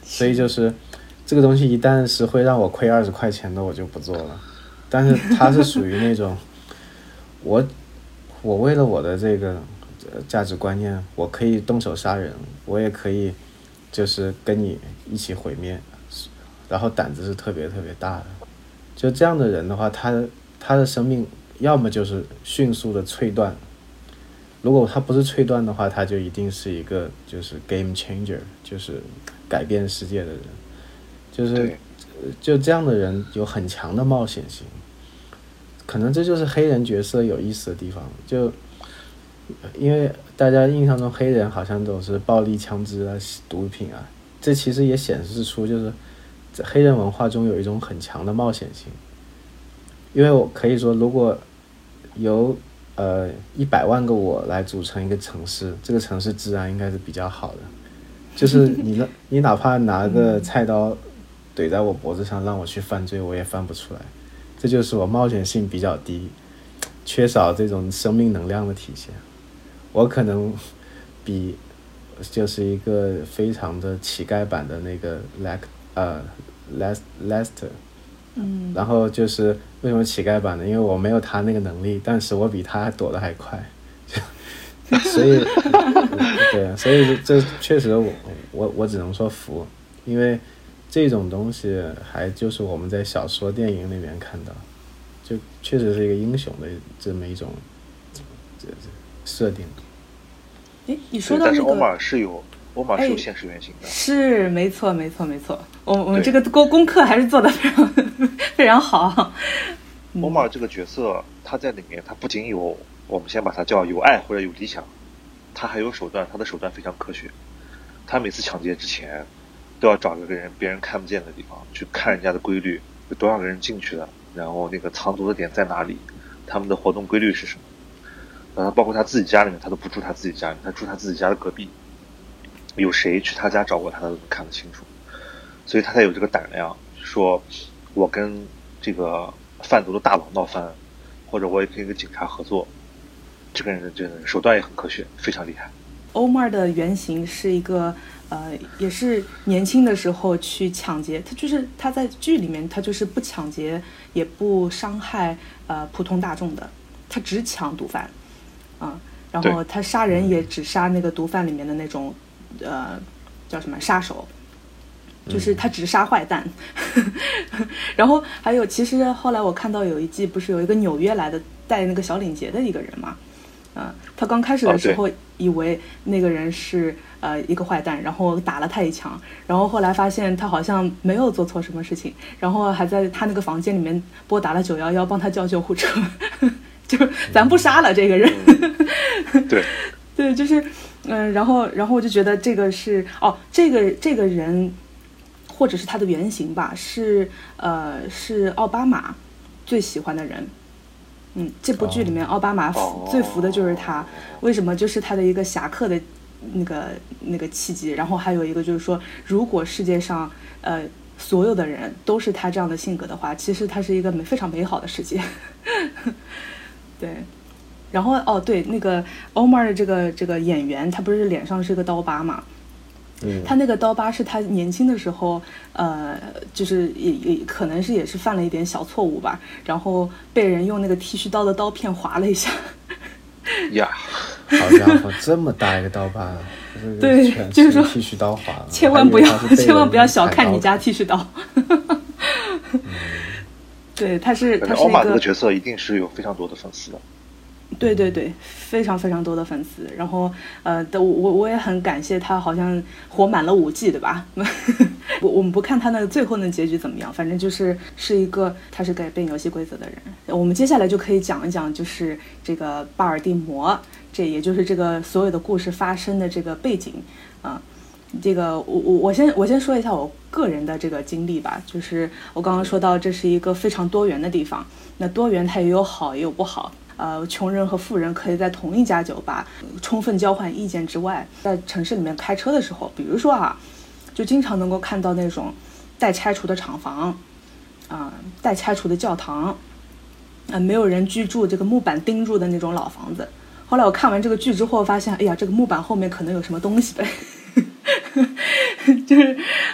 Speaker 2: 所以就是这个东西一旦是会让我亏二十块钱的，我就不做了。但是它是属于那种我我为了我的这个价值观念，我可以动手杀人，我也可以就是跟你一起毁灭，然后胆子是特别特别大的。就这样的人的话，他的他的生命要么就是迅速的脆断，如果他不是脆断的话，他就一定是一个就是 game changer， 就是改变世界的人。就是就这样的人有很强的冒险性，可能这就是黑人角色有意思的地方。就因为大家印象中黑人好像都是暴力枪支啊、毒品啊，这其实也显示出就是在黑人文化中有一种很强的冒险性。因为我可以说，如果由呃一百万个我来组成一个城市，这个城市治安应该是比较好的。就是你你哪怕拿个菜刀怼在我脖子上让我去犯罪，我也犯不出来。这就是我冒险性比较低，缺少这种生命能量的体现。我可能比就是一个非常的乞丐版的那个 Lec 呃 Lester， 嗯，然后就是为什么乞丐版呢？因为我没有他那个能力，但是我比他躲得还快。所以对，所以这确实我我我只能说服，因为这种东西还就是我们在小说电影里面看到，就确实是一个英雄的这么一种这这设定。
Speaker 4: 诶，你说到那个，但是
Speaker 3: 欧马是有欧马是有现实原型的，
Speaker 4: 是没错没错没错，我我们这个功功课还是做的非常非常好。
Speaker 3: 欧马这个角色他在里面，他不仅有我们先把它叫有爱或者有理想，他还有手段，他的手段非常科学。他每次抢劫之前都要找一个人别人看不见的地方去看人家的规律，有多少个人进去的，然后那个藏毒的点在哪里，他们的活动规律是什么。然后包括他自己家里面，他都不住他自己家里面，他住他自己家的隔壁，有谁去他家找过他都能看得清楚。所以他才有这个胆量说我跟这个贩毒的大佬闹翻，或者我也可以跟警察合作。这个人真的手段也很科学，非常厉害。
Speaker 4: 欧麦的原型是一个呃，也是年轻的时候去抢劫，他就是他在剧里面他就是不抢劫也不伤害呃普通大众的，他只抢毒贩啊、呃，然后他杀人也只杀那个毒贩里面的那种呃叫什么杀手，就是他只杀坏蛋。然后还有其实后来我看到有一季不是有一个纽约来的戴那个小领结的一个人嘛，嗯、呃，他刚开始的时候以为那个人是呃一个坏蛋，然后打了他一枪，然后后来发现他好像没有做错什么事情，然后还在他那个房间里面拨打了九一一帮他叫救护车。就咱不杀了这个人。
Speaker 3: 对
Speaker 4: 对，就是嗯、呃，然后然后我就觉得这个是哦，这个这个人或者是他的原型吧，是呃是奥巴马最喜欢的人。嗯，这部剧里面奥巴马服、oh. 最服的就是他，为什么？就是他的一个侠客的那个那个契机，然后还有一个就是说，如果世界上呃所有的人都是他这样的性格的话，其实他是一个美非常美好的世界。对，然后哦对，那个欧麦的这个这个演员，他不是脸上是个刀疤嘛？嗯，他那个刀疤是他年轻的时候，呃，就是也也可能是也是犯了一点小错误吧，然后被人用那个剃须刀的刀片划了一下。
Speaker 3: 呀，
Speaker 2: 好家伙，这么大一个刀疤！
Speaker 4: 对，就是说
Speaker 2: 剃须刀划了，
Speaker 4: 千万不要千万不要小看你家剃须刀。嗯、对，他是他是一个。
Speaker 3: 欧玛这个角色一定是有非常多的粉丝的。
Speaker 4: 对对对，非常非常多的粉丝，然后呃，我我我也很感谢他，好像活满了五季，对吧？我我们不看他那个最后的结局怎么样，反正就是是一个他是改变游戏规则的人。我们接下来就可以讲一讲，就是这个巴尔的摩，这也就是这个所有的故事发生的这个背景啊、呃。这个我我我先我先说一下我个人的这个经历吧，就是我刚刚说到这是一个非常多元的地方，那多元它也有好也有不好。呃，穷人和富人可以在同一家酒吧充分交换意见之外，在城市里面开车的时候，比如说啊，就经常能够看到那种待拆除的厂房，啊、呃，待拆除的教堂，啊、呃，没有人居住，这个木板钉住的那种老房子。后来我看完这个剧之后，发现，哎呀，这个木板后面可能有什么东西呗。就是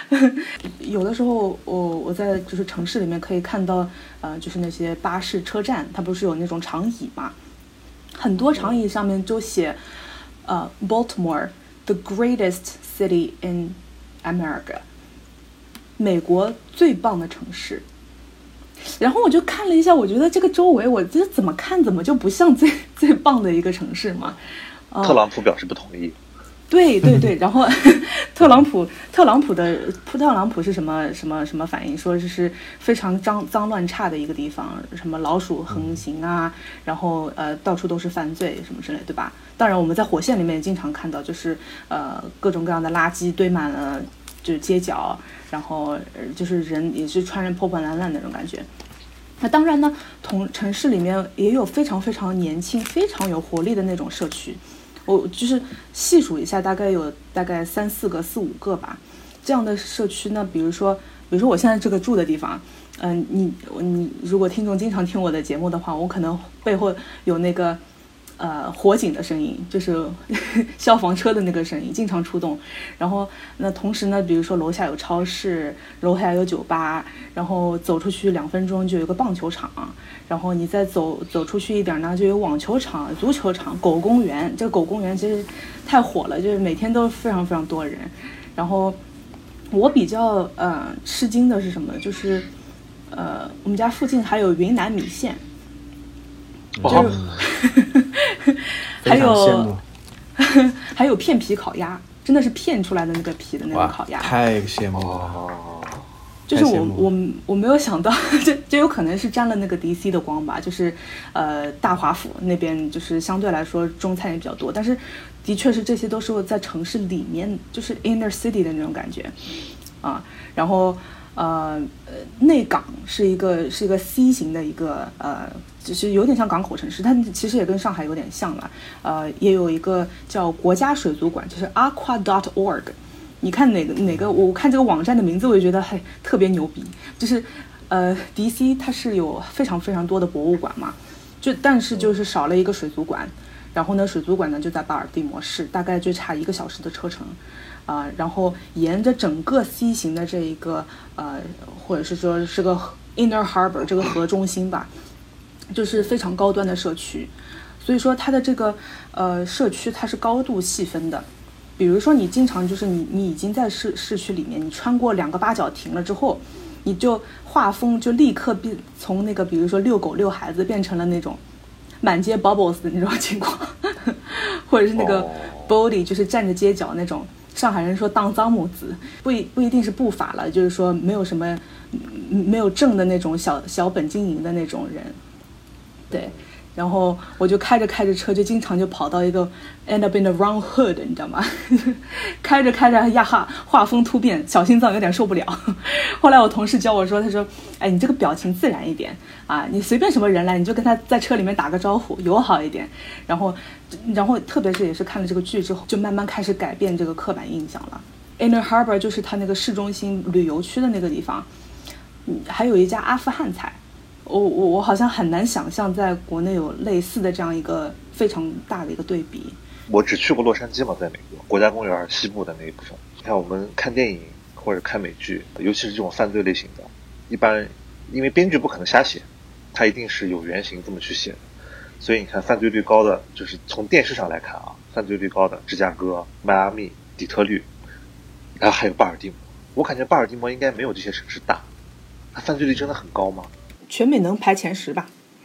Speaker 4: 有的时候我我在就是城市里面可以看到，呃，就是那些巴士车站，它不是有那种长椅嘛，很多长椅上面就写，呃 ，Baltimore the greatest city in America， 美国最棒的城市。然后我就看了一下，我觉得这个周围，我这怎么看怎么就不像最最棒的一个城市嘛。呃、
Speaker 3: 特朗普表示不同意。
Speaker 4: 对对对，然后特朗普特朗普的特朗普是什么什么什么反应？说这是非常脏脏乱差的一个地方，什么老鼠横行啊，然后呃到处都是犯罪什么之类，对吧？当然我们在火线里面也经常看到，就是呃各种各样的垃圾堆满了就是街角，然后、呃、就是人也是穿人破破烂烂那种感觉。那当然呢，同城市里面也有非常非常年轻、非常有活力的那种社区。我就是细数一下，大概有大概三四个、四五个吧。这样的社区呢，比如说，比如说我现在这个住的地方，嗯、呃，你你如果听众经常听我的节目的话，我可能背后有那个呃火警的声音，就是消防车的那个声音，经常出动。然后那同时呢，比如说楼下有超市，楼下有酒吧，然后走出去两分钟就有个棒球场。然后你再走走出去一点呢，就有网球场、足球场、狗公园。这个狗公园其实太火了，就是每天都非常非常多人。然后我比较呃吃惊的是什么？就是呃我们家附近还有云南米线，就是、哦、还有还有片皮烤鸭，真的是片出来的那个皮的那个烤鸭，
Speaker 2: 太羡慕了。
Speaker 4: 就是我我我没有想到，这这有可能是沾了那个 D C 的光吧，就是呃大华府那边就是相对来说中餐也比较多，但是的确是这些都是我在城市里面，就是 inner city 的那种感觉啊。然后呃内港是一个是一个 C 型的一个呃，就是有点像港口城市，它其实也跟上海有点像了。呃，也有一个叫国家水族馆，就是 aqua dot org。你看哪个哪个？我看这个网站的名字，我就觉得还特别牛逼。就是，呃 ，D C 它是有非常非常多的博物馆嘛，就但是就是少了一个水族馆。然后呢，水族馆呢就在巴尔的摩市，大概就差一个小时的车程，啊、呃，然后沿着整个 C 型的这一个呃，或者是说是个 Inner Harbor 这个河中心吧，就是非常高端的社区。所以说它的这个呃社区它是高度细分的。比如说你经常就是你你已经在市市区里面，你穿过两个八角亭了之后，你就画风就立刻变从那个比如说遛狗遛孩子变成了那种满街 bubbles 的那种情况，或者是那个 body 就是站着街角那种，上海人说当脏母子，不一不一定是不法了，就是说没有什么没有正的那种小小本经营的那种人，对。然后我就开着开着车，就经常就跑到一个 end up in the wrong hood， 你知道吗？开着开着呀哈，画风突变，小心脏有点受不了。后来我同事教我说，他说：“哎，你这个表情自然一点啊，你随便什么人来，你就跟他在车里面打个招呼，友好一点。”然后，然后特别是也是看了这个剧之后，就慢慢开始改变这个刻板印象了。Inner Harbor 就是它那个市中心旅游区的那个地方，嗯，还有一家阿富汗菜。我我我好像很难想象在国内有类似的这样一个非常大的一个对比。
Speaker 3: 我只去过洛杉矶嘛，在美国国家公园西部的那一部分。你看我们看电影或者看美剧，尤其是这种犯罪类型的，一般因为编剧不可能瞎写，他一定是有原型这么去写的。所以你看犯罪率高的，就是从电视上来看啊，犯罪率高的芝加哥、迈阿密、底特律，然后还有巴尔的摩。我感觉巴尔的摩应该没有这些城市大，它犯罪率真的很高吗？
Speaker 4: 全美能排前十吧。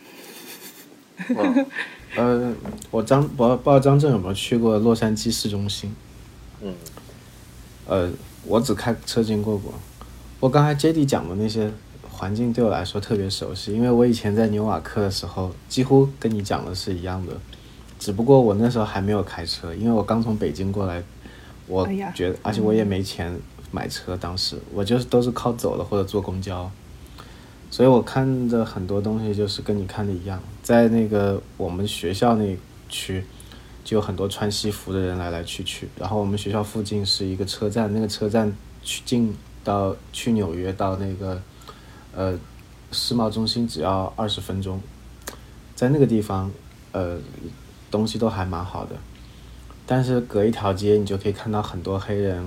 Speaker 3: 嗯、
Speaker 2: 呃，我张不不知道张震有没有去过洛杉矶市中心？
Speaker 3: 嗯，
Speaker 2: 呃，我只开车经过过。我刚才 J D 讲的那些环境对我来说特别熟悉，因为我以前在纽瓦克的时候，几乎跟你讲的是一样的，只不过我那时候还没有开车，因为我刚从北京过来，我觉得，而且我也没钱买车，当时我就是都是靠走的或者坐公交。所以我看的很多东西就是跟你看的一样，在那个我们学校那区就有很多穿西服的人来来去去，然后我们学校附近是一个车站，那个车站去进到去纽约到那个呃世贸中心只要二十分钟，在那个地方呃东西都还蛮好的，但是隔一条街你就可以看到很多黑人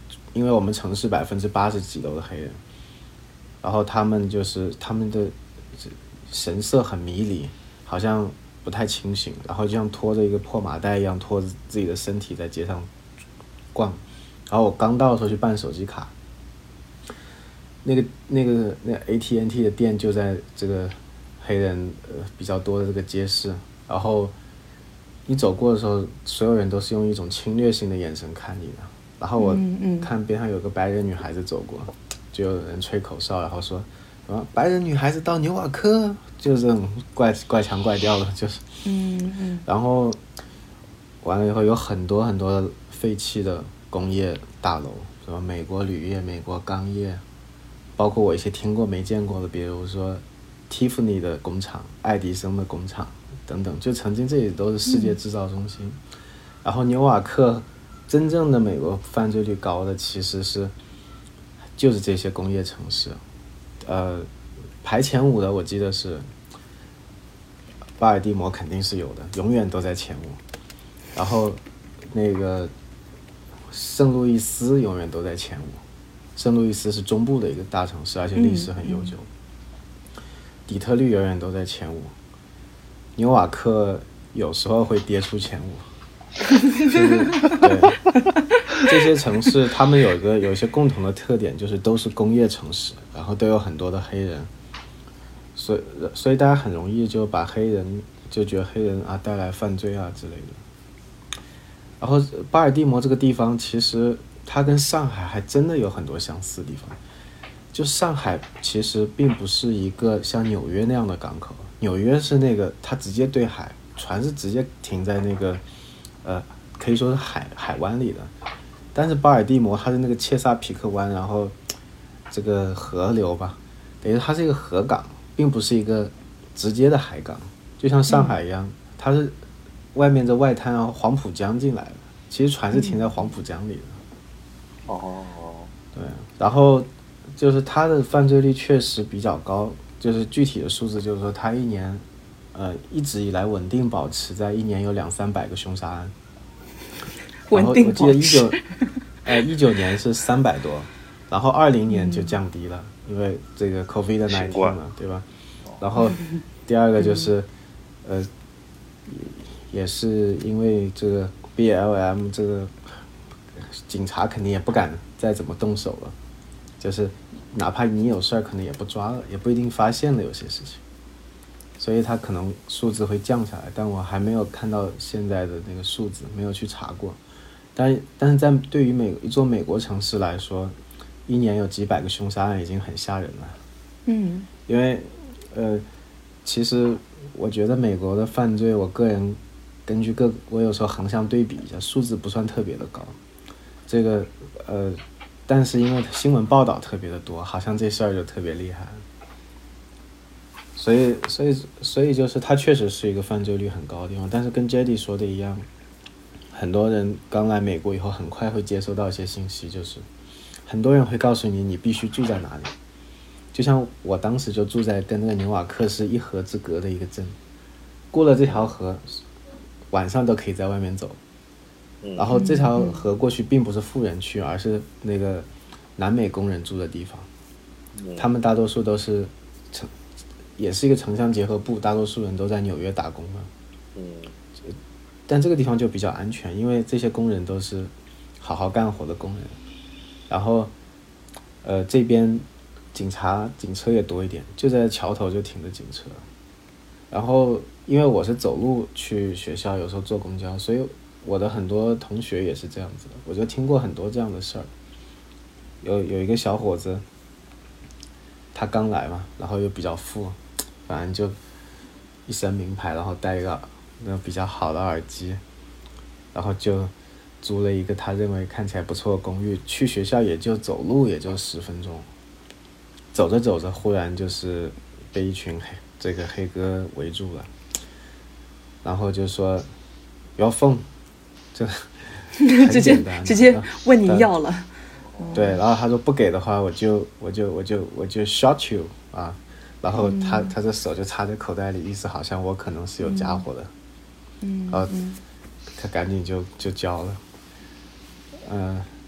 Speaker 2: 因为我们城市百分之八十几都是黑人，然后他们就是他们的神色很迷离，好像不太清醒，然后就像拖着一个破麻袋一样拖着自己的身体在街上逛。然后我刚到的时候去办手机卡，那个那个那 A T and T 的店就在这个黑人呃比较多的这个街市，然后你走过的时候，所有人都是用一种侵略性的眼神看你的。然后我看边上有个白人女孩子走过，就有人吹口哨，然后说啊，白人女孩子到纽瓦克，就是这种怪怪腔怪调的，就是，
Speaker 4: 嗯嗯。
Speaker 2: 然后完了以后有很多很多废弃的工业大楼，什么美国铝业、美国钢业，包括我一些听过没见过的，比如说 Tiffany 的工厂、爱迪生的工厂等等，就曾经这里都是世界制造中心。嗯、然后纽瓦克真正的美国犯罪率高的其实是就是这些工业城市，呃，排前五的我记得是巴尔的摩，肯定是有的，永远都在前五。然后那个圣路易斯永远都在前五，圣路易斯是中部的一个大城市，而且历史很悠久。嗯嗯、底特律永远都在前五，纽瓦克有时候会跌出前五。就是对这些城市，他们有一个有一些共同的特点，就是都是工业城市，然后都有很多的黑人，所以所以大家很容易就把黑人就觉得黑人啊带来犯罪啊之类的。然后巴尔的摩这个地方，其实它跟上海还真的有很多相似的地方。就上海其实并不是一个像纽约那样的港口，纽约是那个它直接对海，船是直接停在那个。呃，可以说是海海湾里的，但是巴尔的摩它是那个切萨皮克湾，然后这个河流吧，等于它是一个河港，并不是一个直接的海港，就像上海一样，嗯、它是外面的外滩，然后黄浦江进来的，其实船是停在黄浦江里的。
Speaker 3: 哦、嗯，
Speaker 2: 对，然后就是它的犯罪率确实比较高，就是具体的数字就是说它一年。呃，一直以来稳定保持在一年有两三百个凶杀案，
Speaker 4: 稳定保持。
Speaker 2: 然后我记得一九，呃，一九年是三百多，然后二零年就降低了，嗯、因为这个 COVID 十九 嘛，对吧？然后第二个就是，嗯、呃，也是因为这个 B L M 这个警察肯定也不敢再怎么动手了，就是哪怕你有事儿，可能也不抓了，也不一定发现了有些事情。所以它可能数字会降下来，但我还没有看到现在的那个数字，没有去查过。但但是在对于美一座美国城市来说，一年有几百个凶杀案已经很吓人了。
Speaker 4: 嗯，
Speaker 2: 因为呃，其实我觉得美国的犯罪，我个人根据各我有时候横向对比一下，数字不算特别的高。这个呃，但是因为新闻报道特别的多，好像这事儿就特别厉害。所以，所以，所以就是它确实是一个犯罪率很高的地方，但是跟 Jady 说的一样，很多人刚来美国以后，很快会接收到一些信息，就是很多人会告诉你，你必须住在哪里。就像我当时就住在跟那个纽瓦克是一河之隔的一个镇，过了这条河，晚上都可以在外面走。然后这条河过去并不是富人区，而是那个南美工人住的地方，他们大多数都是城。也是一个城乡结合部，大多数人都在纽约打工嘛。
Speaker 3: 嗯，
Speaker 2: 但这个地方就比较安全，因为这些工人都是好好干活的工人。然后，呃，这边警察警车也多一点，就在桥头就停着警车。然后，因为我是走路去学校，有时候坐公交，所以我的很多同学也是这样子的。我就听过很多这样的事儿。有有一个小伙子，他刚来嘛，然后又比较富。反正就一身名牌，然后戴一个那比较好的耳机，然后就租了一个他认为看起来不错的公寓，去学校也就走路也就十分钟。走着走着，忽然就是被一群黑这个黑哥围住了，然后就说要疯，就很简单，
Speaker 4: 直接直接问你要了。
Speaker 2: 对，然后他说不给的话，我就我就我就我就 shot you 啊。然后他、嗯、他的手就插在口袋里，意思好像我可能是有家伙的，
Speaker 4: 嗯，
Speaker 2: 然后他赶紧就就交了，嗯、呃，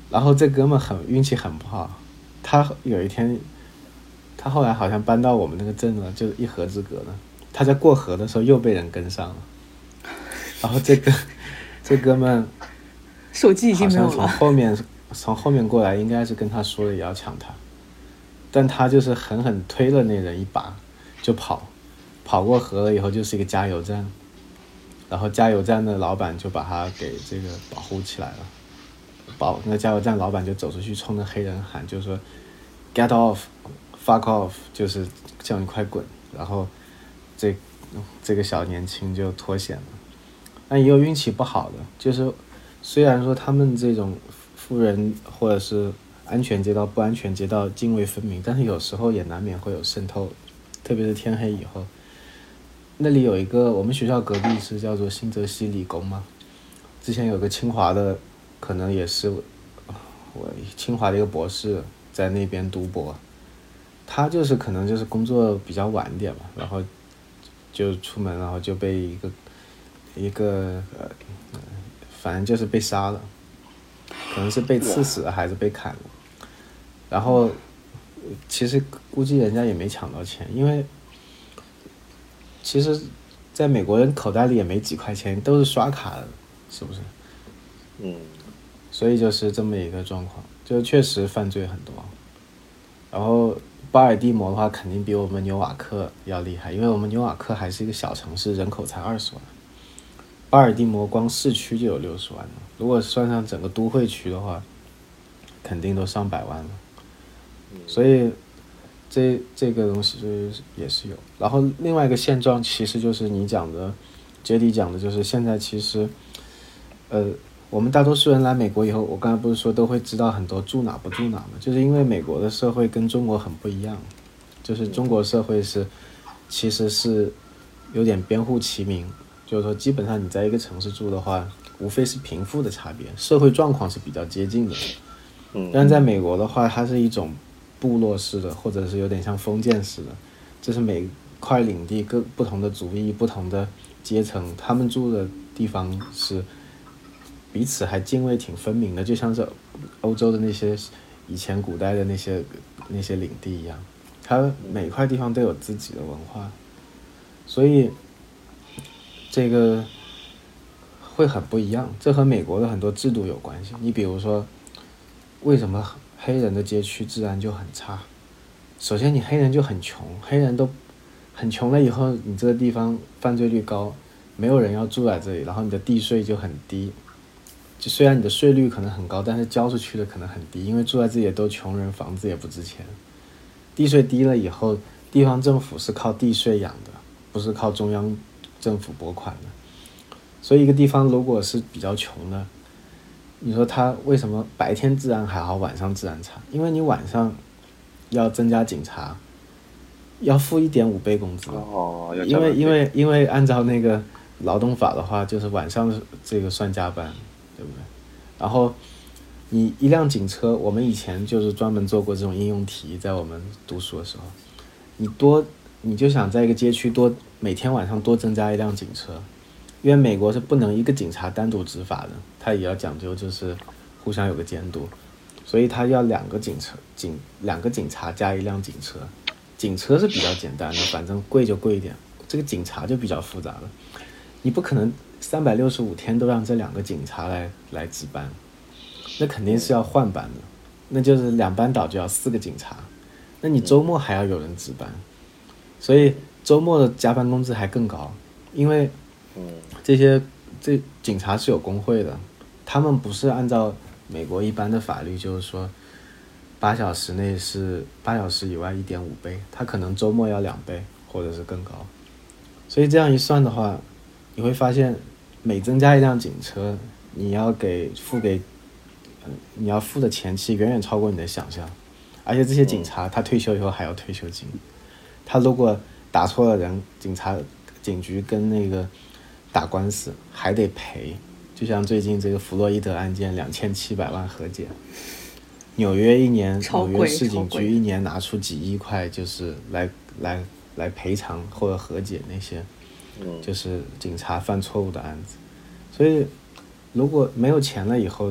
Speaker 2: 然后这哥们很运气很不好，他有一天，他后来好像搬到我们那个镇了，就一河之隔呢。他在过河的时候又被人跟上了，然后这个这哥们
Speaker 4: 手机已经没有了，
Speaker 2: 从后面从后面过来，应该是跟他说了也要抢他，但他就是狠狠推了那人一把就跑，跑过河了以后就是一个加油站，然后加油站的老板就把他给这个保护起来了，保那个加油站老板就走出去冲着黑人喊，就说 get off fuck off， 就是叫你快滚，然后这这个小年轻就脱险了。但也有运气不好的，就是虽然说他们这种富人或者是安全街道不安全街道泾渭分明，但是有时候也难免会有渗透，特别是天黑以后。那里有一个我们学校隔壁是叫做新泽西理工嘛，之前有个清华的，可能也是我清华的一个博士在那边读博，他就是可能就是工作比较晚一点嘛，然后就出门，然后就被一个一个呃，反正就是被杀了，可能是被刺死了还是被砍了。然后其实估计人家也没抢到钱，因为其实在美国人口袋里也没几块钱，都是刷卡的，是不是？
Speaker 3: 嗯。
Speaker 2: 所以就是这么一个状况，就确实犯罪很多。然后巴尔的摩的话肯定比我们纽瓦克要厉害，因为我们纽瓦克还是一个小城市，人口才二十万，巴尔的摩光市区就有六十万了，如果算上整个都会区的话肯定都上百万了。所以这这个东西也是有。然后另外一个现状其实就是你讲的杰迪讲的，就是现在其实呃我们大多数人来美国以后，我刚才不是说都会知道很多住哪不住哪嘛，就是因为美国的社会跟中国很不一样，就是中国社会是其实是有点边户齐民，就是说基本上你在一个城市住的话，无非是贫富的差别，社会状况是比较接近的。但在美国的话，它是一种部落式的，或者是有点像封建式的，就是每块领地各不同的族裔、不同的阶层，他们住的地方是彼此还泾渭挺分明的，就像是欧洲的那些以前古代的那些那些领地一样，它每块地方都有自己的文化，所以这个会很不一样。这和美国的很多制度有关系。你比如说，为什么黑人的街区治安就很差？首先你黑人就很穷，黑人都很穷了以后，你这个地方犯罪率高，没有人要住在这里，然后你的地税就很低。就虽然你的税率可能很高，但是交出去的可能很低，因为住在这里都穷人，房子也不值钱。地税低了以后，地方政府是靠地税养的，不是靠中央政府拨款的。所以一个地方如果是比较穷的，你说他为什么白天治安还好，晚上治安差？因为你晚上要增加警察，要付一点五倍工资。
Speaker 3: 哦，要
Speaker 2: 因为因为因为按照那个劳动法的话，就是晚上这个算加班。对不对？然后你一辆警车，我们以前就是专门做过这种应用题，在我们读书的时候，你多你就想在一个街区多每天晚上多增加一辆警车，因为美国是不能一个警察单独执法的，他也要讲究就是互相有个监督，所以他要两个警车警两个警察加一辆警车，警车是比较简单的，反正贵就贵一点，这个警察就比较复杂了，你不可能三百六十五天都让这两个警察来来值班，那肯定是要换班的，那就是两班倒就要四个警察，那你周末还要有人值班，所以周末的加班工资还更高，因为这些这警察是有工会的，他们不是按照美国一般的法律，就是说八小时内是八小时以外一点五倍，他可能周末要两倍或者是更高，所以这样一算的话，你会发现每增加一辆警车，你要给付给、呃、你要付的钱其实远远超过你的想象，而且这些警察他退休以后还要退休金，他如果打错了人，警察警局跟那个打官司还得赔，就像最近这个弗洛伊德案件两千七百万和解，纽约一年纽约市警局一年拿出几亿块，就是来来来赔偿或者和解那些就是警察犯错误的案子。所以如果没有钱了以后，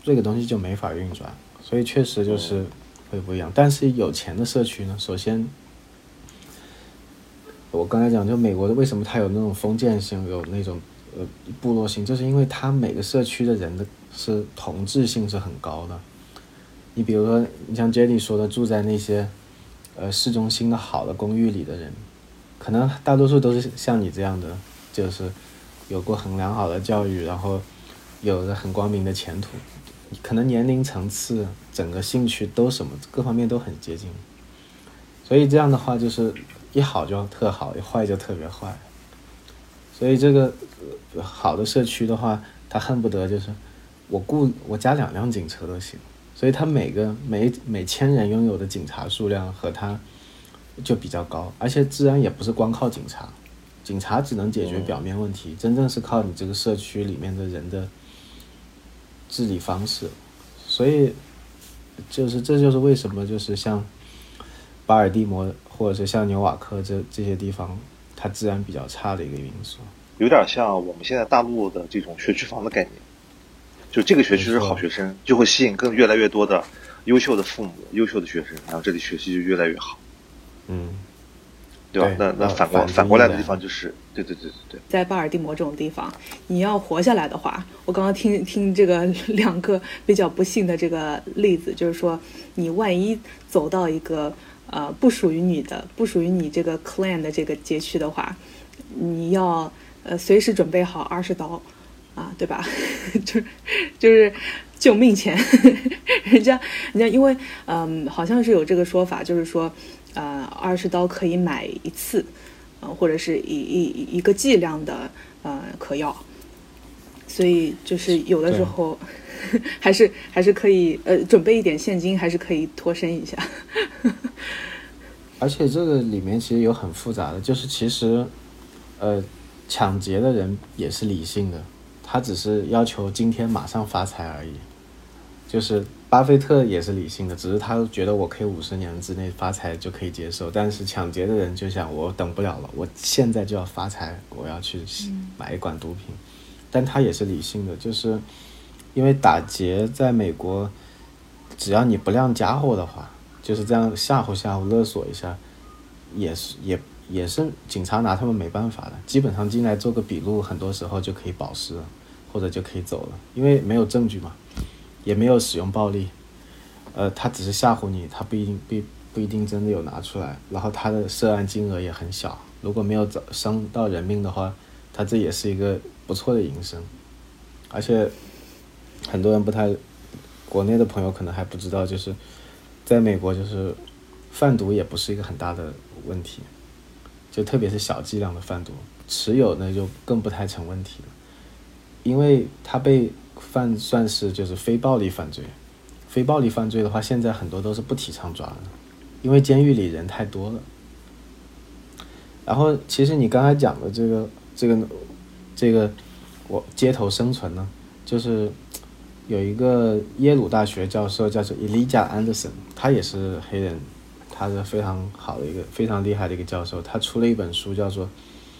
Speaker 2: 这个东西就没法运转，所以确实就是会不一样。但是有钱的社区呢，首先我刚才讲，就美国的为什么它有那种封建性，有那种呃部落性，就是因为它每个社区的人的是同质性是很高的。你比如说，你像 Jenny 说的，住在那些呃市中心的好的公寓里的人，可能大多数都是像你这样的，就是有过很良好的教育，然后有着很光明的前途，可能年龄层次、整个兴趣都什么各方面都很接近，所以这样的话就是一好就特好，一坏就特别坏。所以这个、呃、好的社区的话，他恨不得就是我雇我加两辆警车都行。所以他每个每每千人拥有的警察数量和他就比较高，而且治安也不是光靠警察，警察只能解决表面问题，真正是靠你这个社区里面的人的治理方式。所以就是这就是为什么就是像巴尔的摩或者是像纽瓦克这这些地方它治安比较差的一个因素，
Speaker 3: 有点像我们现在大陆的这种学区房的概念。就这个学区是好学生，就会吸引更越来越多的优秀的父母、优秀的学生，然后这里学习就越来越好。
Speaker 2: 嗯，
Speaker 3: 对吧？对那那反过反过来的地方就是，对对对对对。
Speaker 4: 在巴尔的摩这种地方，你要活下来的话，我刚刚听听这个两个比较不幸的这个例子，就是说，你万一走到一个呃不属于你的、不属于你这个 clan 的这个街区的话，你要呃随时准备好二十刀。啊，对吧？就是就是救命钱，人家人家因为嗯，好像是有这个说法，就是说呃，二十刀可以买一次，呃，或者是一一一个剂量的呃嗑药，所以就是有的时候还是还是可以呃准备一点现金，还是可以脱身一下。
Speaker 2: 而且这个里面其实有很复杂的，就是其实呃抢劫的人也是理性的。他只是要求今天马上发财而已，就是巴菲特也是理性的，只是他觉得我可以五十年之内发财就可以接受，但是抢劫的人就想我等不了了，我现在就要发财，我要去买一管毒品，但他也是理性的，就是因为打劫在美国，只要你不亮家伙的话，就是这样吓唬吓唬勒索一下，也是也。也是警察拿他们没办法的，基本上进来做个笔录，很多时候就可以保释了，或者就可以走了，因为没有证据嘛，也没有使用暴力，呃，他只是吓唬你，他不一定不不一定真的有拿出来，然后他的涉案金额也很小，如果没有伤到人命的话，他这也是一个不错的营生，而且很多人不太，国内的朋友可能还不知道，就是在美国就是贩毒也不是一个很大的问题。就特别是小剂量的贩毒，持有呢就更不太成问题了，因为它被犯算是就是非暴力犯罪。非暴力犯罪的话，现在很多都是不提倡抓的，因为监狱里人太多了。然后，其实你刚才讲的这个这个这个我街头生存呢，就是有一个耶鲁大学教授叫做 Elijah Anderson， 他也是黑人。他是非常好的一个非常厉害的一个教授，他出了一本书叫做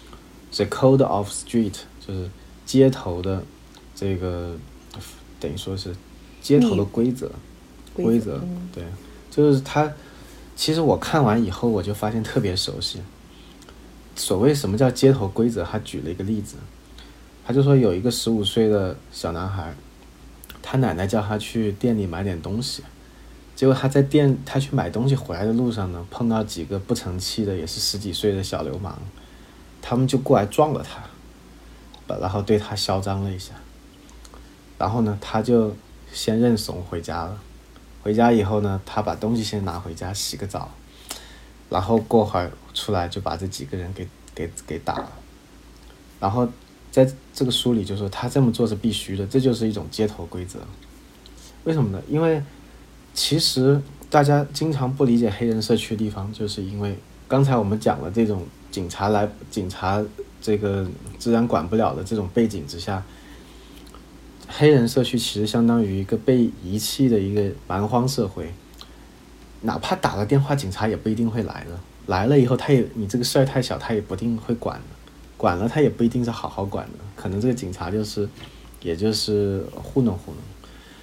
Speaker 2: The Code of Street， 就是街头的这个等于说是街头的规则规则、嗯、对，就是他其实我看完以后我就发现特别熟悉。所谓什么叫街头规则，他举了一个例子，他就说有一个十五岁的小男孩，他奶奶叫他去店里买点东西，结果他在店他去买东西回来的路上呢，碰到几个不成器的也是十几岁的小流氓，他们就过来撞了他，然后对他嚣张了一下，然后呢他就先认怂回家了。回家以后呢，他把东西先拿回家洗个澡，然后过会儿出来就把这几个人给给给打了。然后在这个书里就说他这么做是必须的，这就是一种街头规则。为什么呢？因为其实大家经常不理解黑人社区的地方，就是因为刚才我们讲了这种警察来警察这个治安管不了的这种背景之下，黑人社区其实相当于一个被遗弃的一个蛮荒社会，哪怕打了电话警察也不一定会来的，来了以后他也你这个事儿太小他也不一定会管的，管了他也不一定是好好管的，可能这个警察就是也就是糊弄糊弄。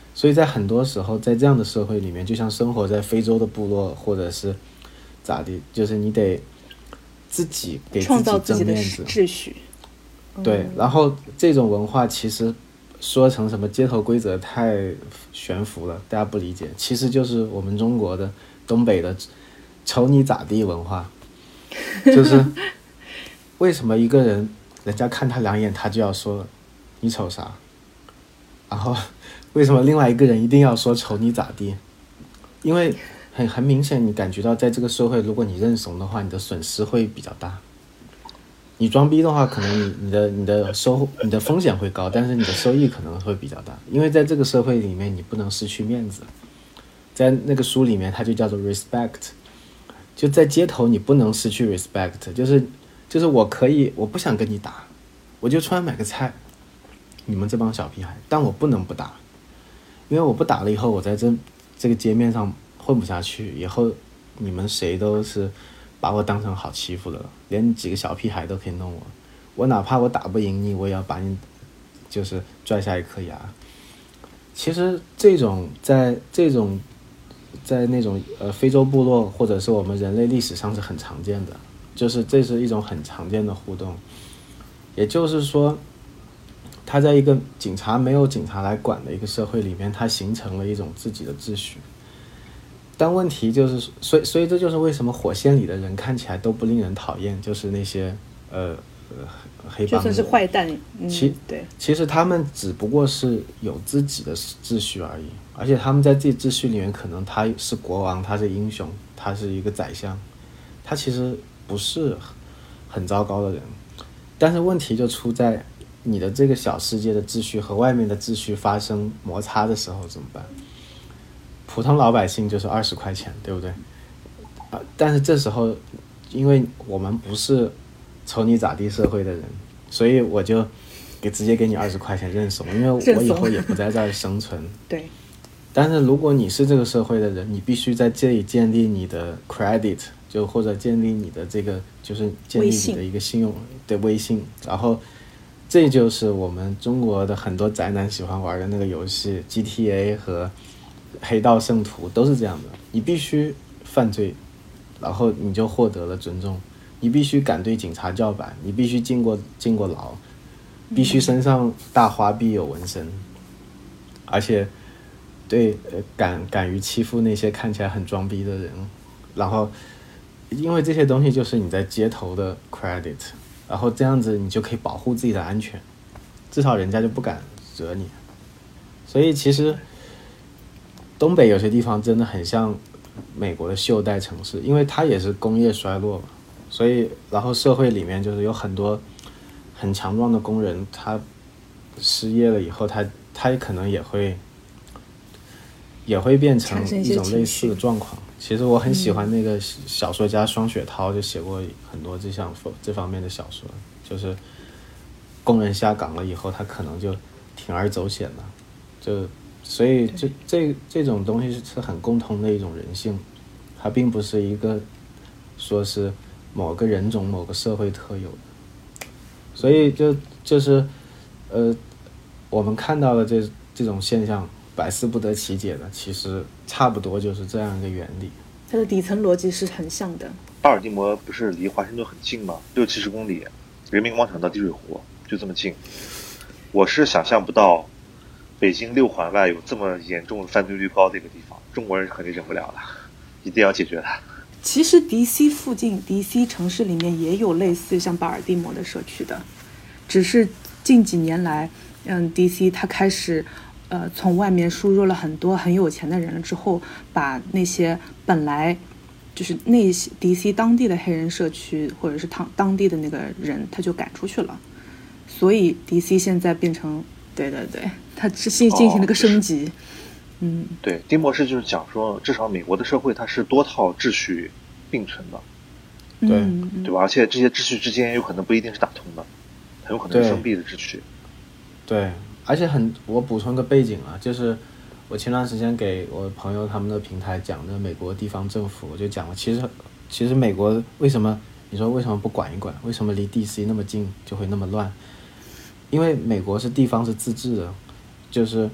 Speaker 2: 所以在很多时候在这样的社会里面，就像生活在非洲的部落或者是咋地，就是你得自己给自己争面子，
Speaker 1: 秩序。
Speaker 2: 对，然后这种文化其实说成什么街头规则太悬浮了，大家不理解，其实就是我们中国的东北的瞅你咋地文化，就是为什么一个人人家看他两眼他就要说你瞅啥，然后为什么另外一个人一定要说瞅你咋地？因为很很明显你感觉到在这个社会，如果你认怂的话，你的损失会比较大。你装逼的话，可能你你的你的收你的风险会高，但是你的收益可能会比较大。因为在这个社会里面，你不能失去面子。在那个书里面，它就叫做 respect。就在街头，你不能失去 respect， 就是就是我可以，我不想跟你打，我就出来买个菜。你们这帮小屁孩，但我不能不打，因为我不打了以后，我在这这个街面上混不下去，以后你们谁都是把我当成好欺负的了，连几个小屁孩都可以弄我，我哪怕我打不赢你，我也要把你就是拽下一颗牙。其实这种在这种在那种呃非洲部落或者是我们人类历史上是很常见的，就是这是一种很常见的互动。也就是说，他在一个警察没有警察来管的一个社会里面，他形成了一种自己的秩序。但问题就是，所以所以这就是为什么火线里的人看起来都不令人讨厌，就是那些呃呃黑帮，
Speaker 1: 就算是坏蛋，
Speaker 2: 嗯、其
Speaker 1: 对，
Speaker 2: 其实他们只不过是有自己的秩序而已，而且他们在自己秩序里面，可能他是国王，他是英雄，他是一个宰相，他其实不是很糟糕的人。但是问题就出在你的这个小世界的秩序和外面的秩序发生摩擦的时候怎么办？普通老百姓就是二十块钱，对不对？啊，但是这时候，因为我们不是瞅你咋地社会的人，所以我就给直接给你二十块钱认怂，因为我以后也不在这儿生存。
Speaker 1: 对。
Speaker 2: 但是如果你是这个社会的人，你必须在这里建立你的 credit， 就或者建立你的这个就是建立你的一个信用的微信，然后这就是我们中国的很多宅男喜欢玩的那个游戏 G T A 和黑道圣徒都是这样的，你必须犯罪，然后你就获得了尊重，你必须敢对警察叫板，你必须进过进过牢，必须身上大花臂有纹身，而且对呃敢敢于欺负那些看起来很装逼的人，然后因为这些东西就是你在街头的 credit， 然后这样子你就可以保护自己的安全，至少人家就不敢惹你。所以其实东北有些地方真的很像美国的袖带城市，因为它也是工业衰落嘛，所以然后社会里面就是有很多很强壮的工人，他失业了以后，他他可能也会也会变成一种类似的状况。其实我很喜欢那个小说家双雪涛，就写过很多这项这方面的小说，就是工人下岗了以后，他可能就铤而走险了，就所以这这这种东西是很共通的一种人性，它并不是一个说是某个人种某个社会特有的，所以就就是呃我们看到的这这种现象百思不得其解的，其实差不多就是这样一个原理。
Speaker 1: 它的底层逻辑是很像的。
Speaker 3: 巴尔的摩不是离华盛顿很近吗？六七十公里，人民广场到滴水湖就这么近。我是想象不到北京六环外有这么严重犯罪率高的一个地方，中国人肯定忍不了了，一定要解决它。
Speaker 4: 其实 D C 附近 D C 城市里面也有类似像巴尔的摩的社区的，只是近几年来嗯 D C 它开始呃从外面输入了很多很有钱的人了之后，把那些本来就是那些 D C 当地的黑人社区或者是当当地的那个人他就赶出去了，所以 D C 现在变成对对对它是进进行了个升级。哦，嗯，
Speaker 3: 对，丁博士就是讲说，至少美国的社会它是多套秩序并存的，
Speaker 2: 对，
Speaker 4: 嗯，
Speaker 3: 对吧？而且这些秩序之间有可能不一定是打通的，很有可能是封闭的秩序。
Speaker 2: 对，而且很，我补充个背景啊，就是我前段时间给我朋友他们的平台讲的美国地方政府，我就讲了，其实其实美国为什么你说为什么不管一管？为什么离 D C 那么近就会那么乱？因为美国是地方是自治的，就是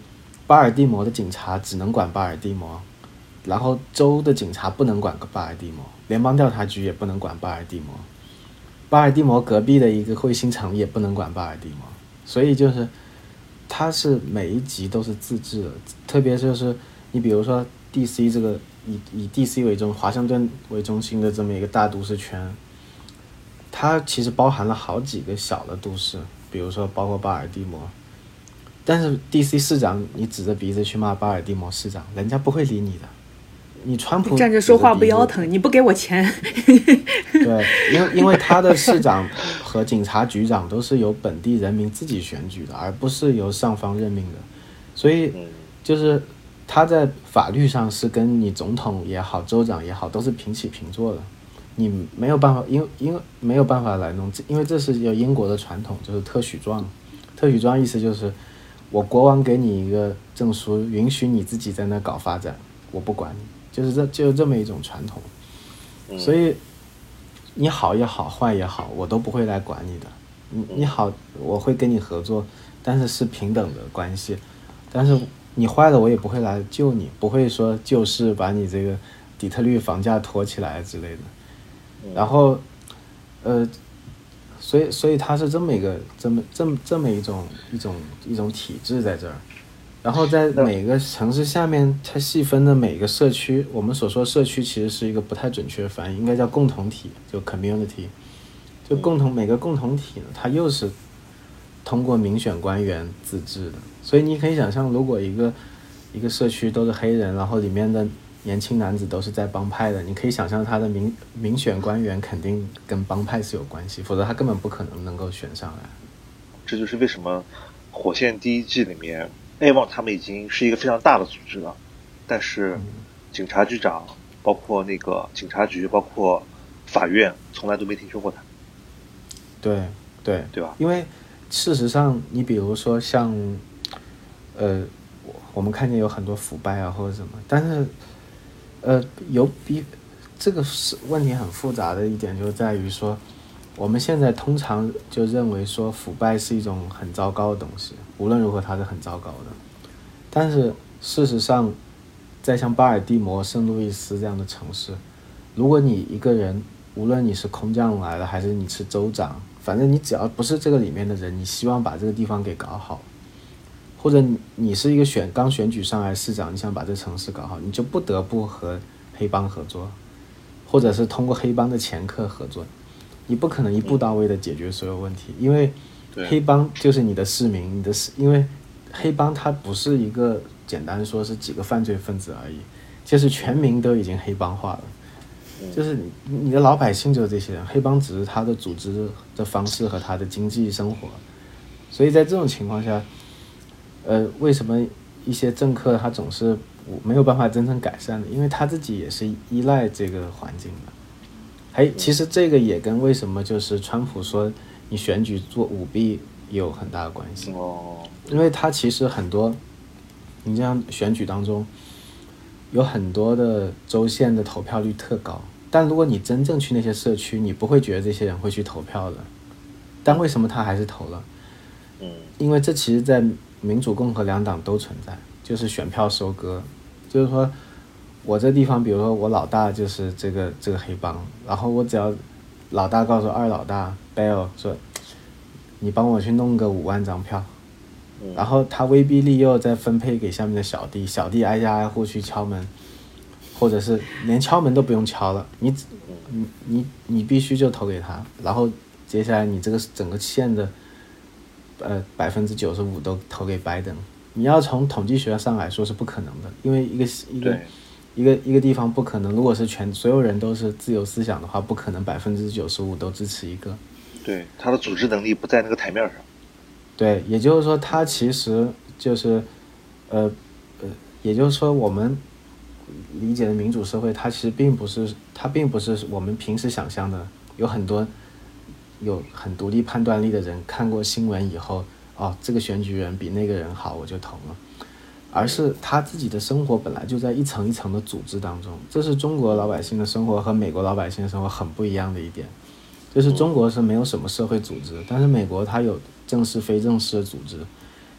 Speaker 2: 巴尔的摩的警察只能管巴尔的摩，然后州的警察不能管巴尔的摩，联邦调查局也不能管巴尔的摩，巴尔的摩隔壁的一个彗星城也不能管巴尔的摩，所以就是它是每一级都是自治的，特别就是你比如说 D C 这个以以 D C 为中华盛顿为中心的这么一个大都市圈，它其实包含了好几个小的都市，比如说包括巴尔的摩，但是 D C 市长你指着鼻子去骂巴尔的摩市长，人家不会理你的。你川普
Speaker 1: 站着说话不腰疼，你不给我钱。
Speaker 2: 对，因为因为他的市长和警察局长都是由本地人民自己选举的，而不是由上方任命的，所以就是他在法律上是跟你总统也好州长也好都是平起平坐的，你没有办法，因为因为没有办法来弄，因为这是有英国的传统，就是特许状。特许状意思就是我国王给你一个证书，允许你自己在那搞发展，我不管你，就是这就是这么一种传统。所以你好也好坏也好，我都不会来管你的。你你好，我会跟你合作，但是是平等的关系。但是你坏了，我也不会来救你，不会说救市把你这个底特律房价拖起来之类的。然后，呃，所以所以它是这么一个这么这么这么一种一种一种体制在这儿。然后在每个城市下面，它细分的每个社区，我们所说社区其实是一个不太准确的翻译，应该叫共同体，就 community， 就共同每个共同体呢，它又是通过民选官员自治的。所以你可以想象，如果一个一个社区都是黑人，然后里面的年轻男子都是在帮派的，你可以想象他的民民选官员肯定跟帮派是有关系，否则他根本不可能能够选上来。
Speaker 3: 这就是为什么火线第一季里面A 旺他们已经是一个非常大的组织了，但是警察局长包括那个警察局包括法院从来都没听说过他。
Speaker 2: 对对
Speaker 3: 对吧？
Speaker 2: 因为事实上你比如说像呃我们看见有很多腐败啊或者什么，但是呃有比这个是问题很复杂的一点就在于说，我们现在通常就认为说腐败是一种很糟糕的东西，无论如何它是很糟糕的。但是事实上在像巴尔的摩、圣路易斯这样的城市，如果你一个人，无论你是空降来的还是你是州长，反正你只要不是这个里面的人，你希望把这个地方给搞好，或者你你是一个选刚选举上来市长，你想把这个城市搞好，你就不得不和黑帮合作，或者是通过黑帮的掮客合作。你不可能一步到位的解决所有问题，因为黑帮就是你的市民，你的市，因为黑帮它不是一个简单说是几个犯罪分子而已，就是全民都已经黑帮化了，就是你你的老百姓就是这些人，黑帮只是他的组织的方式和他的经济生活。所以在这种情况下，呃，为什么一些政客他总是没有办法真正改善的？因为他自己也是依赖这个环境的。还其实这个也跟为什么就是川普说你选举做舞弊有很大的关系。因为他其实很多，你这样选举当中有很多的州县的投票率特高，但如果你真正去那些社区，你不会觉得这些人会去投票的。但为什么他还是投了？因为这其实在民主共和两党都存在，就是选票收割。就是说我这地方比如说我老大就是这个这个黑帮，然后我只要老大告诉二老大 Bell 说你帮我去弄个五万张票，然后他威逼利诱再分配给下面的小弟，小弟挨家挨户去敲门，或者是连敲门都不用敲了，你你你你必须就投给他，然后接下来你这个整个县的呃百分之九十五都投给拜登。你要从统计学上来说是不可能的，因为一个一个一个一个地方不可能，如果是全所有人都是自由思想的话，不可能百分之九十五都支持一个。
Speaker 3: 对，他的组织能力不在那个台面上。
Speaker 2: 对，也就是说，他其实就是，呃呃，也就是说，我们理解的民主社会，它其实并不是，它并不是我们平时想象的，有很多有很独立判断力的人看过新闻以后，哦，这个选举人比那个人好，我就投了。而是他自己的生活本来就在一层一层的组织当中，这是中国老百姓的生活和美国老百姓的生活很不一样的一点，就是中国是没有什么社会组织，但是美国它有正式非正式的组织，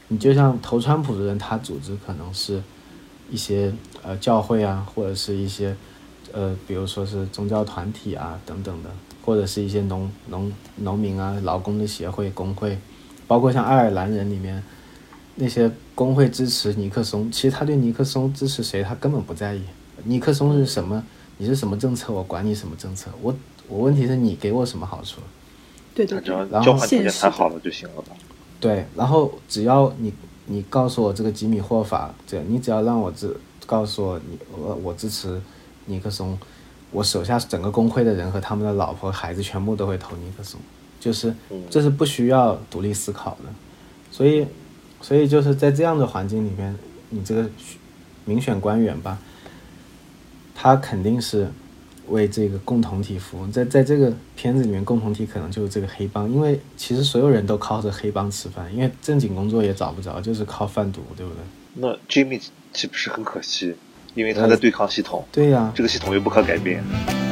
Speaker 2: 你就像投川普的人，他组织可能是一些呃教会啊，或者是一些呃比如说是宗教团体啊等等的，或者是一些农农农民啊、劳工的协会、工会，包括像爱尔兰人里面那些工会支持尼克松，其实他对尼克松支持谁他根本不在意，尼克松是什么，你是什么政策，我管你什么政策，我我问题是你给我什么好处。
Speaker 4: 对对对，
Speaker 3: 然后交换条件谈好了就行了吧。
Speaker 2: 对，然后只要你你告诉我这个吉米霍法，这你只要让我支告诉我你我我支持尼克松，我手下整个工会的人和他们的老婆孩子全部都会投尼克松，就是这是不需要独立思考的。所以所以就是在这样的环境里面，你这个民选官员吧，他肯定是为这个共同体服务。在在这个片子里面，共同体可能就是这个黑帮，因为其实所有人都靠着黑帮吃饭，因为正经工作也找不着，就是靠贩毒，对不对？
Speaker 3: 那 Jimmy 岂不是很可惜？因为他在对抗系统。
Speaker 2: 对呀、啊，
Speaker 3: 这个系统又不可改变。